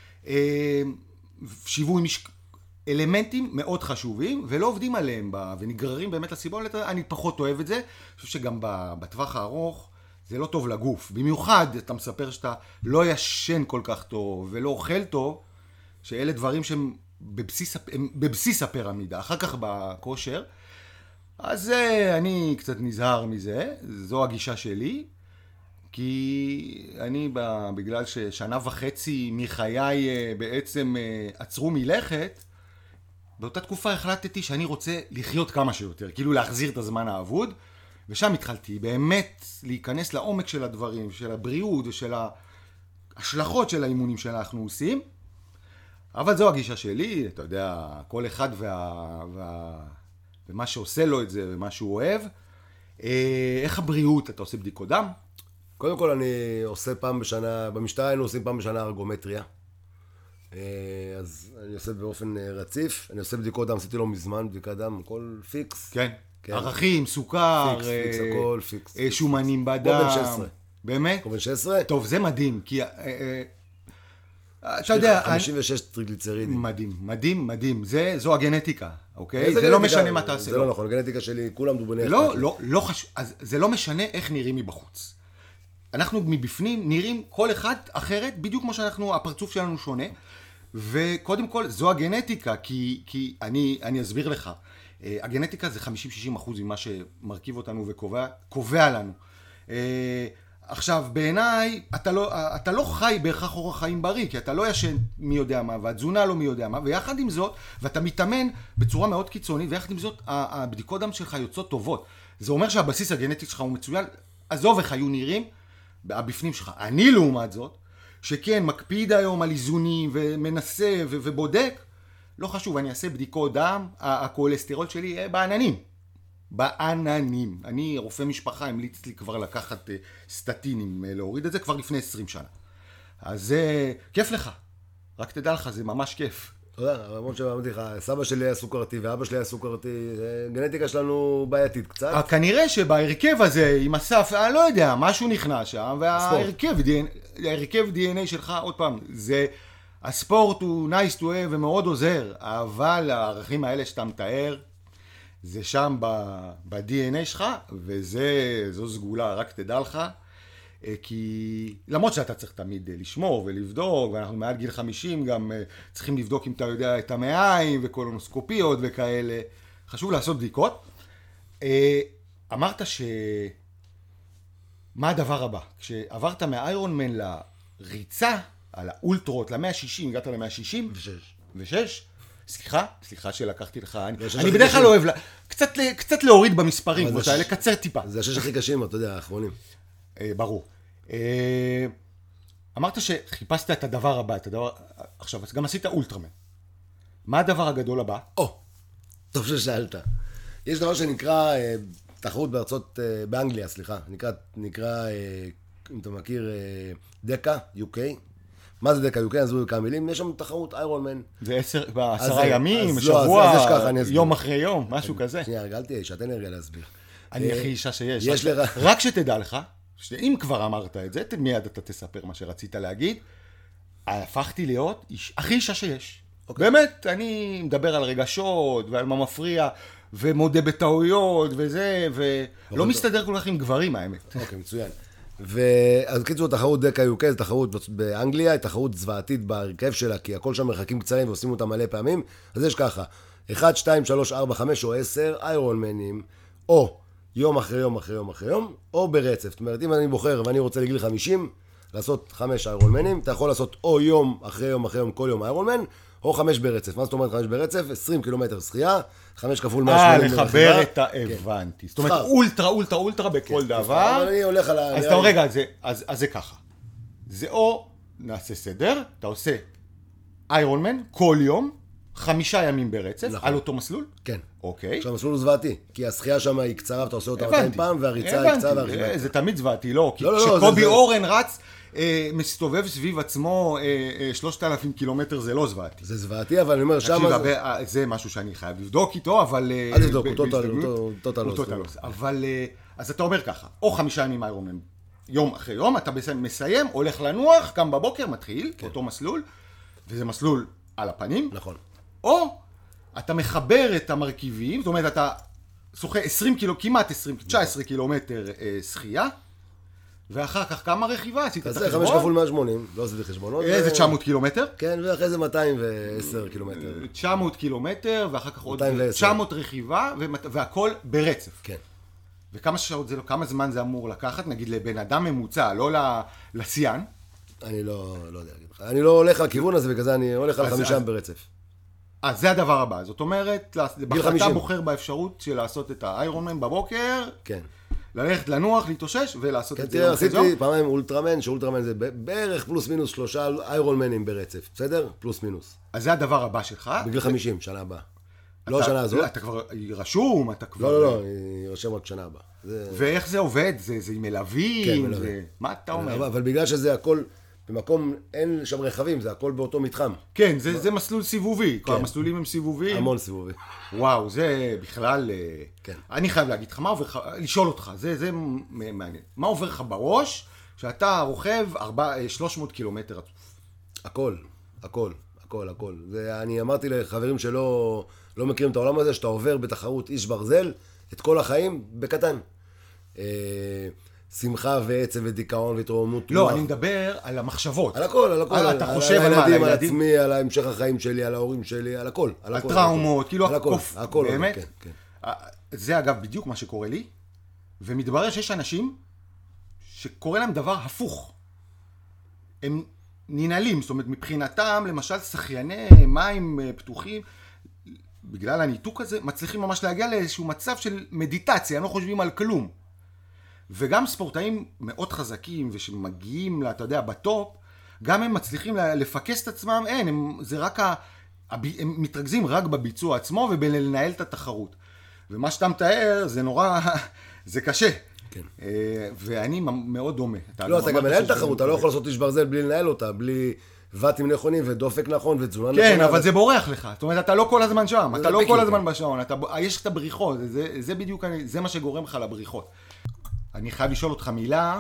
שיווי משק... אלמנטים מאוד חשובים, ולא עובדים עליהם, ונגררים באמת לסיבולת, אני פחות אוהב את זה. אני חושב שגם בטווח הארוך, זה לא טוב לגוף. במיוחד, אתה מספר שאתה לא ישן כל כך טוב, ולא אוכל טוב, שאלה דברים שהם בבסיס, בבסיס הפירמידה, אחר כך בכושר. אז אני קצת נזהר מזה, זו הגישה שלי, כי אני, בגלל ששנה וחצי מחיי בעצם עצרו מלכת, באותה תקופה החלטתי שאני רוצה לחיות כמה שיותר, כאילו להחזיר את הזמן האבוד, ושם התחלתי באמת להיכנס לעומק של הדברים, של הבריאות ושל ההשלכות של האימונים שאנחנו עושים. אבל זו הגישה שלי, אתה יודע, כל אחד וה... וה... ומה שעושה לו את זה ומה שהוא אוהב. איך הבריאות? אתה עושה בדיקות דם? קודם כל אני עושה פעם בשנה, במשטרה היינו עושים פעם בשנה ארגומטריה. אז אני עושה באופן רציף, אני עושה בדיקות דם, עשיתי לו מזמן בדיקת דם, הכל פיקס. כן, כן. ערכים, סוכר, פיקס, פיקס, הכל פיקס. שומנים בדם. כל בן שש עשרה. באמת? כל בן שש עשרה? טוב, זה מדהים, כי... אתה יודע... חמישים ושש טריגליצרידים. מדהים, מדהים, מדהים. זה, זו הגנטיקה, אוקיי? זה לא משנה מה תעשה. זה לא נכון, הגנטיקה שלי, כולם דובני... לא, לא, לא חשוב. אז זה לא משנה איך נראים מבחוץ. אנחנו מבפנים נראים כל אחד אחרת, בדיוק כמו שאנחנו, הפרצוף שלנו שונה. וקודם כל, זו הגנטיקה, כי, כי אני, אני אסביר לך. הגנטיקה זה חמישים עד שישים אחוז ממה שמרכיב אותנו וקובע, קובע לנו. עכשיו, בעיניי, אתה לא, אתה לא חי בהכרח אורח חיים בריא, כי אתה לא ישן מי יודע מה, והתזונה לא מי יודע מה, ויחד עם זאת, ואתה מתאמן בצורה מאוד קיצונית, ויחד עם זאת, הבדיקות דם שלך יוצאות טובות. זה אומר שהבסיס הגנטי שלך הוא מצוין, עזוב איך היו נראים, הבפנים שלך. אני לעומת זאת, שכן, מקפיד היום על איזונים, ומנסה ו- ובודק, לא חשוב, אני אעשה בדיקות דם, הכולסטרול שלי יהיה בעננים. בעננים. אני, רופא משפחה, המליץ לי כבר לקחת סטטינים, להוריד את זה כבר לפני עשרים שנה. אז זה כיף לך. רק תדע לך, זה ממש כיף. תודה, למרות שאמרתי לך, סבא שלי היה סוכרתי ואבא שלי היה סוכרתי, גנטיקה שלנו בעייתית קצת. כנראה שבהרכב הזה, עם הסף, אני לא יודע, משהו נכנס שם, וההרכב די אן איי שלך, עוד פעם, זה, הספורט הוא nice to have ומאוד עוזר, אבל הערכים האלה שאתה מתאר, זה שם ב-די אן איי שלך, וזו סגולה, רק תדע לך, כי למרות שאתה צריך תמיד לשמור ולבדוק, ואנחנו מעל גיל חמישים גם צריכים לבדוק אם אתה יודע את המעיים וקולונוסקופיות וכאלה, חשוב לעשות בדיקות. אמרת ש... מה הדבר הבא? כשעברת מהאיירון מן לריצה, על האולטרות, ל-מאה שישים, הגעת ל-מאה שישים? ושש. ושש? סליחה, סליחה שלקחתי לך, אני בדרך כלל לא אוהב, קצת להוריד במספרים, לקצר טיפה. זה השש הכי קשים, אתה יודע, האחרונים. ברור. אמרת שחיפשת את הדבר הבא, את הדבר... עכשיו, גם עשית אולטרמן. מה הדבר הגדול הבא? או, טוב ששאלת. יש דבר שנקרא תחרות בארצות, באנגליה, סליחה, נקרא, נקרא, אם אתה מכיר, דקה, יו קיי. מה זה דקה יו קיי? אז הוא כמה מילים, יש שם תחרות איירון מן. זה עשר, בעשרה ימים, שבוע, יום אחרי יום, משהו כזה. שנייה, הרגלתי, שאתה נרגע להסביר. אני הכי אישה שיש. רק שתדע לך, אם כבר אמרת את זה, מיד אתה תספר מה שרצית להגיד, הפכתי להיות הכי אישה שיש. באמת, אני מדבר על רגשות ועל מה מפריע, ומודה בטעויות וזה, ולא מסתדר כל כך עם גברים, האמת. אוקיי, מצוין. ואז קיצור, תחרות דקה יו קיי, זו תחרות באנגליה, היא תחרות זוועתית בהרכב שלה, כי הכל שם מרחקים קצרים ועושים אותה מלא פעמים. אז יש ככה, אחת, שתיים, שלוש, ארבע, חמש או עשר איירון מנים, או יום אחרי יום אחרי יום אחרי יום, או ברצף. זאת אומרת, אם אני בוחר ואני רוצה לגיל חמישים, לעשות חמש איירון מנים, אתה יכול לעשות או יום אחרי יום אחרי יום, כל יום איירון מן, או חמש ברצף. מה זאת אומרת חמש ברצף? עשרים קילומטר שחייה, חמש כפול מאה ושמונים. אה, לחבר את ההבנתי. זאת אומרת, אולטרה, אולטרה, אולטרה בכל דבר. אבל אני הולך על ה... אז אתה רגע, אז זה ככה. זה או, נעשה סדר, אתה עושה איירון מן כל יום, חמישה ימים ברצף, נכון. על אותו מסלול? כן. אוקיי. עכשיו, המסלול הוא זוועתי, כי השחייה שם היא קצרה, ואתה עושה אותה מאתיים פעם, והריצה היא קצרה והרכיבה. הבנתי, זה תמיד זוועתי, לא, כי לא, לא, לא, כשקובי זה- אורן רץ, אה, מסתובב סביב עצמו אה, אה, שלושת אלפים קילומטר, זה לא זוועתי. זה זוועתי, אבל אני אומר, שם... תקשיב, זה- הרבה- אה, זה משהו שאני חייב לבדוק איתו, אבל... אה, אל תבדוק, ב- הוא טוטל- בהזדמנות- הוא טוטל- הוא טוטל- טוטלוס. אבל, אה, אז אתה אומר ככה, או חמישה ימים איירונמן, יום אחרי יום, אתה מסיים- מסיים, הולך לנוח, קם בבוקר, מתחיל, אותו מסלול, וזה מסלול על הפנים, נכון. או אתה מחבר את המרכיבים, זאת אומרת, אתה שוחה עשרים קילו, כמעט עשרים, תשע עשרה קילומטר אה, שחייה, ואחר כך כמה רכיבה, עשית את אז זה חמש החשבון? כפול מאה ושמונים, לא עשיתי חשבונות. איזה זה- תשע מאות קילומטר? כן, ואחרי זה מאתיים ועשר קילומטר. תשע מאות קילומטר, ואחר כך עוד מאתיים ועשר. תשע מאות רכיבה, ומת- והכל ברצף. כן. וכמה שעות זה, כמה זמן זה אמור לקחת, נגיד לבן אדם ממוצע, לא ל- לשיאן, אני לא לא יודע להגיד לך. אני לא הולך לכיוון הזה, בגלל זה אני הולך על אז- חמישה אז- ברצף. אז זה הדבר הבא, זאת אומרת, בהחלטה חמישים. בוחר באפשרות של לעשות את האיירונמן בבוקר, כן. ללכת לנוח, להתאושש ולעשות כן, את זה תראה, יום אחרי יום. עשיתי פעמיים אולטרמן, שאולטרמן זה ב- בערך פלוס מינוס שלושה איירונמנים ברצף, בסדר? פלוס מינוס. אז זה הדבר הבא שלך. בגיל חמישים, שנה הבאה. לא אתה- השנה הזאת. אתה כבר רשום, אתה כבר... לא, לא, לא, אני ארשם רק שנה הבאה. זה- ואיך זה עובד? זה זה עם כן, מלווים? מלווים. זה- מה אתה אומר? אבל אבל בגלל שזה הכל, במקום, אין שם רכבים, זה הכל באותו מתחם. כן, זה זה מסלול סיבובי. כל כן. המסלולים הם סיבוביים. המון סיבובים. וואו, זה בכלל... אה, כן. אני חייב להגיד לך, מה עובר לך... לשאול אותך, זה זה מ- מעניין. מה עובר לך בראש שאתה רוכב ארבע- אה, שלוש מאות קילומטר רצוף? הכל, הכל, הכל, הכל. ואני אמרתי לחברים שלא לא מכירים את העולם הזה, שאתה עובר בתחרות איש ברזל, את כל החיים בקטן. אה, שמחה ועצב ודיכאון והתרוממות לא, רוח. אני מדבר על המחשבות. על הכל, על הכל. על- על- אתה על- חושב על מה? על הילדים, על הילדים? עצמי, על המשך החיים שלי, על ההורים שלי, על הכל. על על הכל, טראומות, על כאילו על הכל, הקוף, הכל, באמת. כן, כן. אה, זה אגב בדיוק מה שקורה לי, ומתברר שיש אנשים שקורה להם דבר הפוך. הם ננעלים, זאת אומרת מבחינתם, למשל שחייני מים אה, פתוחים, בגלל הניתוק הזה, מצליחים ממש להגיע לאיזשהו מצב של מדיטציה, הם לא חושבים על כלום. וגם ספורטאים מאוד חזקים ושמגיעים, לה, אתה יודע, בטופ, גם הם מצליחים לפקס את עצמם, אין, הם, זה רק ה... הם מתרכזים רק בביצוע עצמו ובלנהל את התחרות. ומה שאתה מתאר זה נורא, זה קשה. כן. אה, ואני מאוד דומה. לא, אתה ממש גם מנהל חושב תחרות, אתה לא יכול לעשות איש ברזל בלי לנהל אותה, בלי ואטים נכונים ודופק נכון ותזונה נכונה. כן, אבל זה בורח לך. זאת אומרת, אתה לא כל הזמן שם, אתה זה לא פיקים, כל כן. הזמן בשעון, אתה- יש את הבריחות, זה- זה- זה בדיוק, זה מה שגורם לך לבריחות. אני חייב לשאול אותך מילה,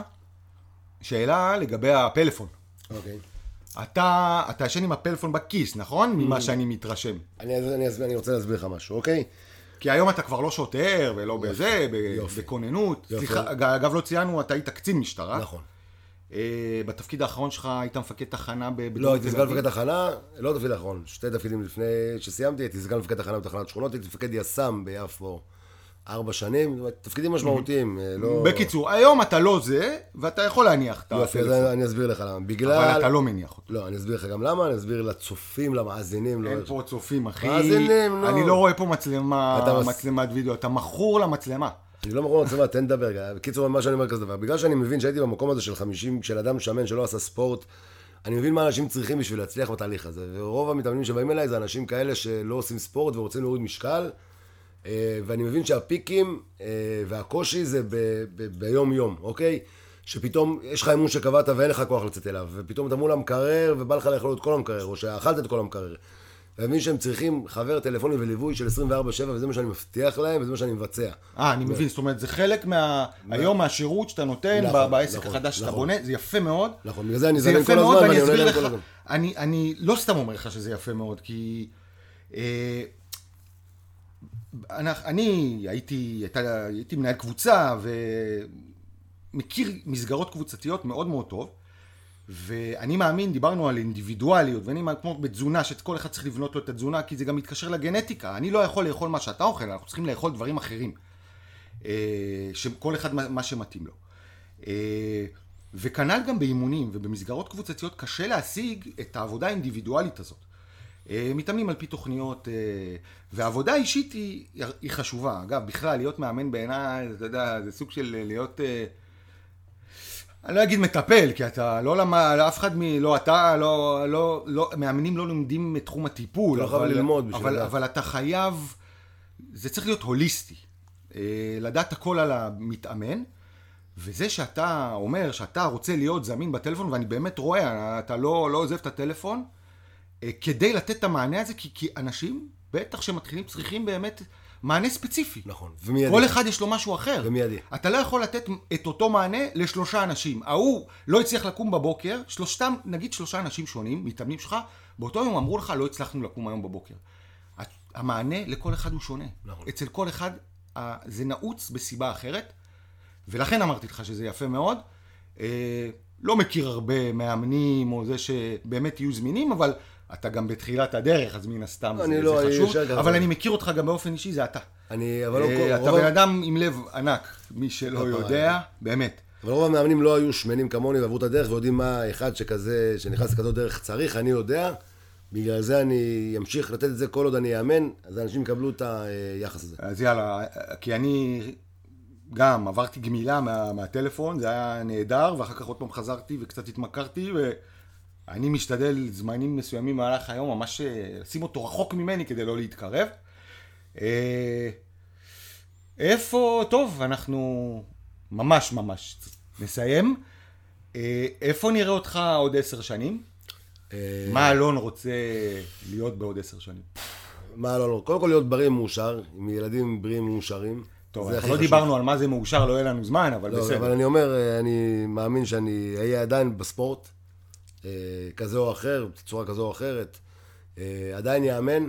שאלה לגבי הפלאפון. אוקיי. אתה, אתה ישן עם הפלאפון בכיס, נכון? ממה שאני מתרשם. אני, אני, אני, אני רוצה להסביר לך משהו, אוקיי? כי היום אתה כבר לא שוטר ולא בזה, ב- יופי. בכוננות. יופי. סליחה, אגב, לא ציינו, אתה היית קצין משטרה. נכון. אה, בתפקיד האחרון שלך היית מפקד תחנה ב- בדרום לא, הייתי תל סגן אביב. מפקד תחנה, לא תפקיד האחרון, שתי תפקידים לפני שסיימתי, הייתי סגן מפקד תחנה בתחנת שכונות, הייתי מפקד יס"מ ביפו ארבע שנים, זאת אומרת, תפקידים משמעותיים, לא... בקיצור, היום אתה לא זה, ואתה יכול להניח את יופי, אז הפלאפון. אני אסביר לך למה. בגלל... אבל אתה לא מניח אותו. לא, אני אסביר לך גם למה, אני אסביר לצופים, למאזינים, לא... אין פה צופים, אחי. מאזינים, נו. אני לא רואה פה מצלמה, אתה מס- מצלמת וידאו, אתה מכור למצלמה. אני לא מכור למצלמה, תן לדבר. בקיצור, מה שאני אומר כזה דבר, בגלל שאני מבין שהייתי במקום הזה של חמישים, של אדם שמן שלא עשה ספורט, אני מבין מה אנשים צריכים בשביל להצליח בתהליך הזה, ורוב המתאמנים שבאים אליי זה אנשים כאלה שלא עושים ספורט ורוצים להוריד משקל, אה, ואני מבין שהפיקים אה, והקושי זה ב- ב- ביום יום, אוקיי? שפתאום יש לך אמון שקבעת ואין לך כוח לצאת אליו, ופתאום אתה מול המקרר ובא לך לאכול את כל המקרר, או שאכלת את כל המקרר. ואני מבין שהם צריכים חבר טלפוני וליווי של עשרים וארבע שבע, וזה מה שאני מבטיח להם, וזה מה שאני מבצע. אה, אני מבין, זאת אומרת, זה חלק מה... היום מהשירות שאתה נותן נכון, ב- בעסק נכון, החדש שאתה נכון. בונה, זה יפה מאוד. נכון, בגלל זה אני זה זמין יפה כל מאוד, הזמן, ואני ואני עונה אסביר להם לך, כל הזמן. אני, אני לא סתם אומר לך שזה יפה מאוד, כי אה, אני, אני הייתי, הייתה, הייתי מנהל קבוצה ומכיר מסגרות קבוצתיות מאוד מאוד טוב, ואני מאמין, דיברנו על אינדיבידואליות, ואני מאמין כמו בתזונה, שכל אחד צריך לבנות לו את התזונה, כי זה גם מתקשר לגנטיקה. אני לא יכול לאכול מה שאתה אוכל, אנחנו צריכים לאכול דברים אחרים. אה, שכל אחד מה מה שמתאים לו. אה, וכנ"ל גם באימונים ובמסגרות קבוצתיות קשה להשיג את העבודה האינדיבידואלית הזאת. אה, מתאמנים על פי תוכניות, אה, והעבודה האישית היא, היא חשובה. אגב, בכלל, להיות מאמן בעיניי, אתה יודע, זה סוג של להיות... אה, אני לא אגיד מטפל, כי אתה לא למד, אף אחד מ... לא אתה, לא, לא, לא, מאמנים לא לומדים את תחום הטיפול. לא חייב ללמוד בשביל אבל, זה. אבל אתה חייב, זה צריך להיות הוליסטי. לדעת הכל על המתאמן, וזה שאתה אומר שאתה רוצה להיות זמין בטלפון, ואני באמת רואה, אתה לא, לא עוזב את הטלפון, כדי לתת את המענה הזה, כי, כי אנשים, בטח שמתחילים, צריכים באמת מענה ספציפי. נכון, ומיידי. כל אחד יש לו משהו אחר. ומיידי. אתה לא יכול לתת את אותו מענה לשלושה אנשים. ההוא לא הצליח לקום בבוקר, שלושתם, נגיד שלושה אנשים שונים, מתאמנים שלך, באותו יום אמרו לך, לא הצלחנו לקום היום בבוקר. המענה לכל אחד הוא שונה. נכון. אצל כל אחד זה נעוץ בסיבה אחרת, ולכן אמרתי לך שזה יפה מאוד. לא מכיר הרבה מאמנים או זה שבאמת יהיו זמינים, אבל אתה גם בתחילת הדרך, אז מן הסתם זה, לא, זה חשוב. אבל אבל אני מכיר אותך גם באופן אישי, זה אתה. אני, אבל לא כל... אתה בן אדם עם לב ענק, מי שלא יודע, באמת. אבל רוב המאמנים לא היו שמנים כמוני ועברו את הדרך, ויודעים מה אחד שכזה, שנכנס לכזו דרך צריך, אני יודע. בגלל זה אני אמשיך לתת את זה כל עוד אני אאמן, אז אנשים יקבלו את היחס הזה. אז יאללה, כי אני גם עברתי גמילה מה, מהטלפון, זה היה נהדר, ואחר כך עוד פעם חזרתי וקצת התמכרתי, ואני משתדל זמנים מסוימים מהלך היום, ממש לשים אותו רחוק ממני כדי לא להתקרב. איפה, טוב, אנחנו ממש ממש נסיים. איפה נראה אותך עוד עשר שנים? מה אלון רוצה להיות בעוד עשר שנים? מה אלון? קודם כל להיות בריא מאושר, עם ילדים בריאים מאושרים. טוב, אנחנו לא דיברנו על מה זה מאושר, לא יהיה לנו זמן, אבל בסדר. אבל אני אומר, אני מאמין שאני אהיה עדיין בספורט, כזה או אחר, בצורה כזו או אחרת, עדיין יאמן,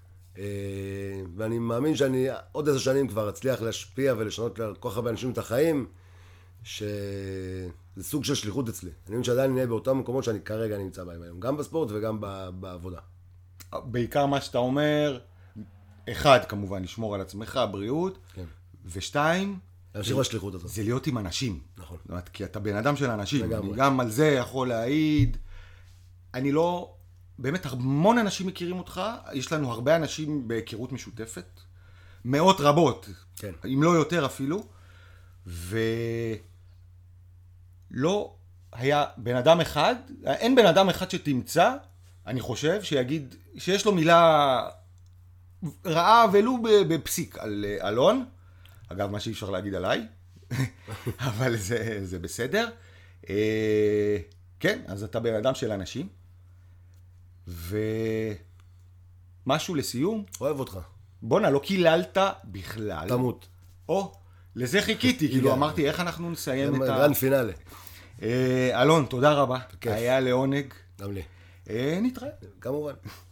ואני מאמין שאני עוד עשר שנים כבר אצליח להשפיע ולשנות לכל כך הרבה אנשים את החיים, שזה סוג של שליחות אצלי. אני מאמין שעדיין נהיה באותם מקומות שאני כרגע נמצא בהם היום, גם בספורט וגם בעבודה. בעיקר מה שאתה אומר, אחד כמובן, לשמור על עצמך, בריאות, כן. ושתיים, להמשיך בשליחות הזאת. זה להיות עם אנשים. נכון. זאת אומרת, כי אתה בן אדם של אנשים. לגמרי. אני גם על זה יכול להעיד. אני לא... באמת, המון אנשים מכירים אותך. יש לנו הרבה אנשים בהיכרות משותפת. מאות רבות. כן. אם לא יותר אפילו. ולא היה בן אדם אחד, אין בן אדם אחד שתמצא, אני חושב, שיגיד, שיש לו מילה רעה ולו בפסיק על אלון. אגב, מה שאי אפשר להגיד עליי, אבל זה, זה בסדר. אה, כן, אז אתה בן אדם של אנשים. ומשהו לסיום. אוהב אותך. בונה, לא קיללת בכלל. תמות. או, לזה חיכיתי, כאילו אמרתי, איך אנחנו נסיים את ה... גרנד פינאלי. אה, אלון, תודה רבה. היה לעונג. גם לי. אה, נתראה. כמובן.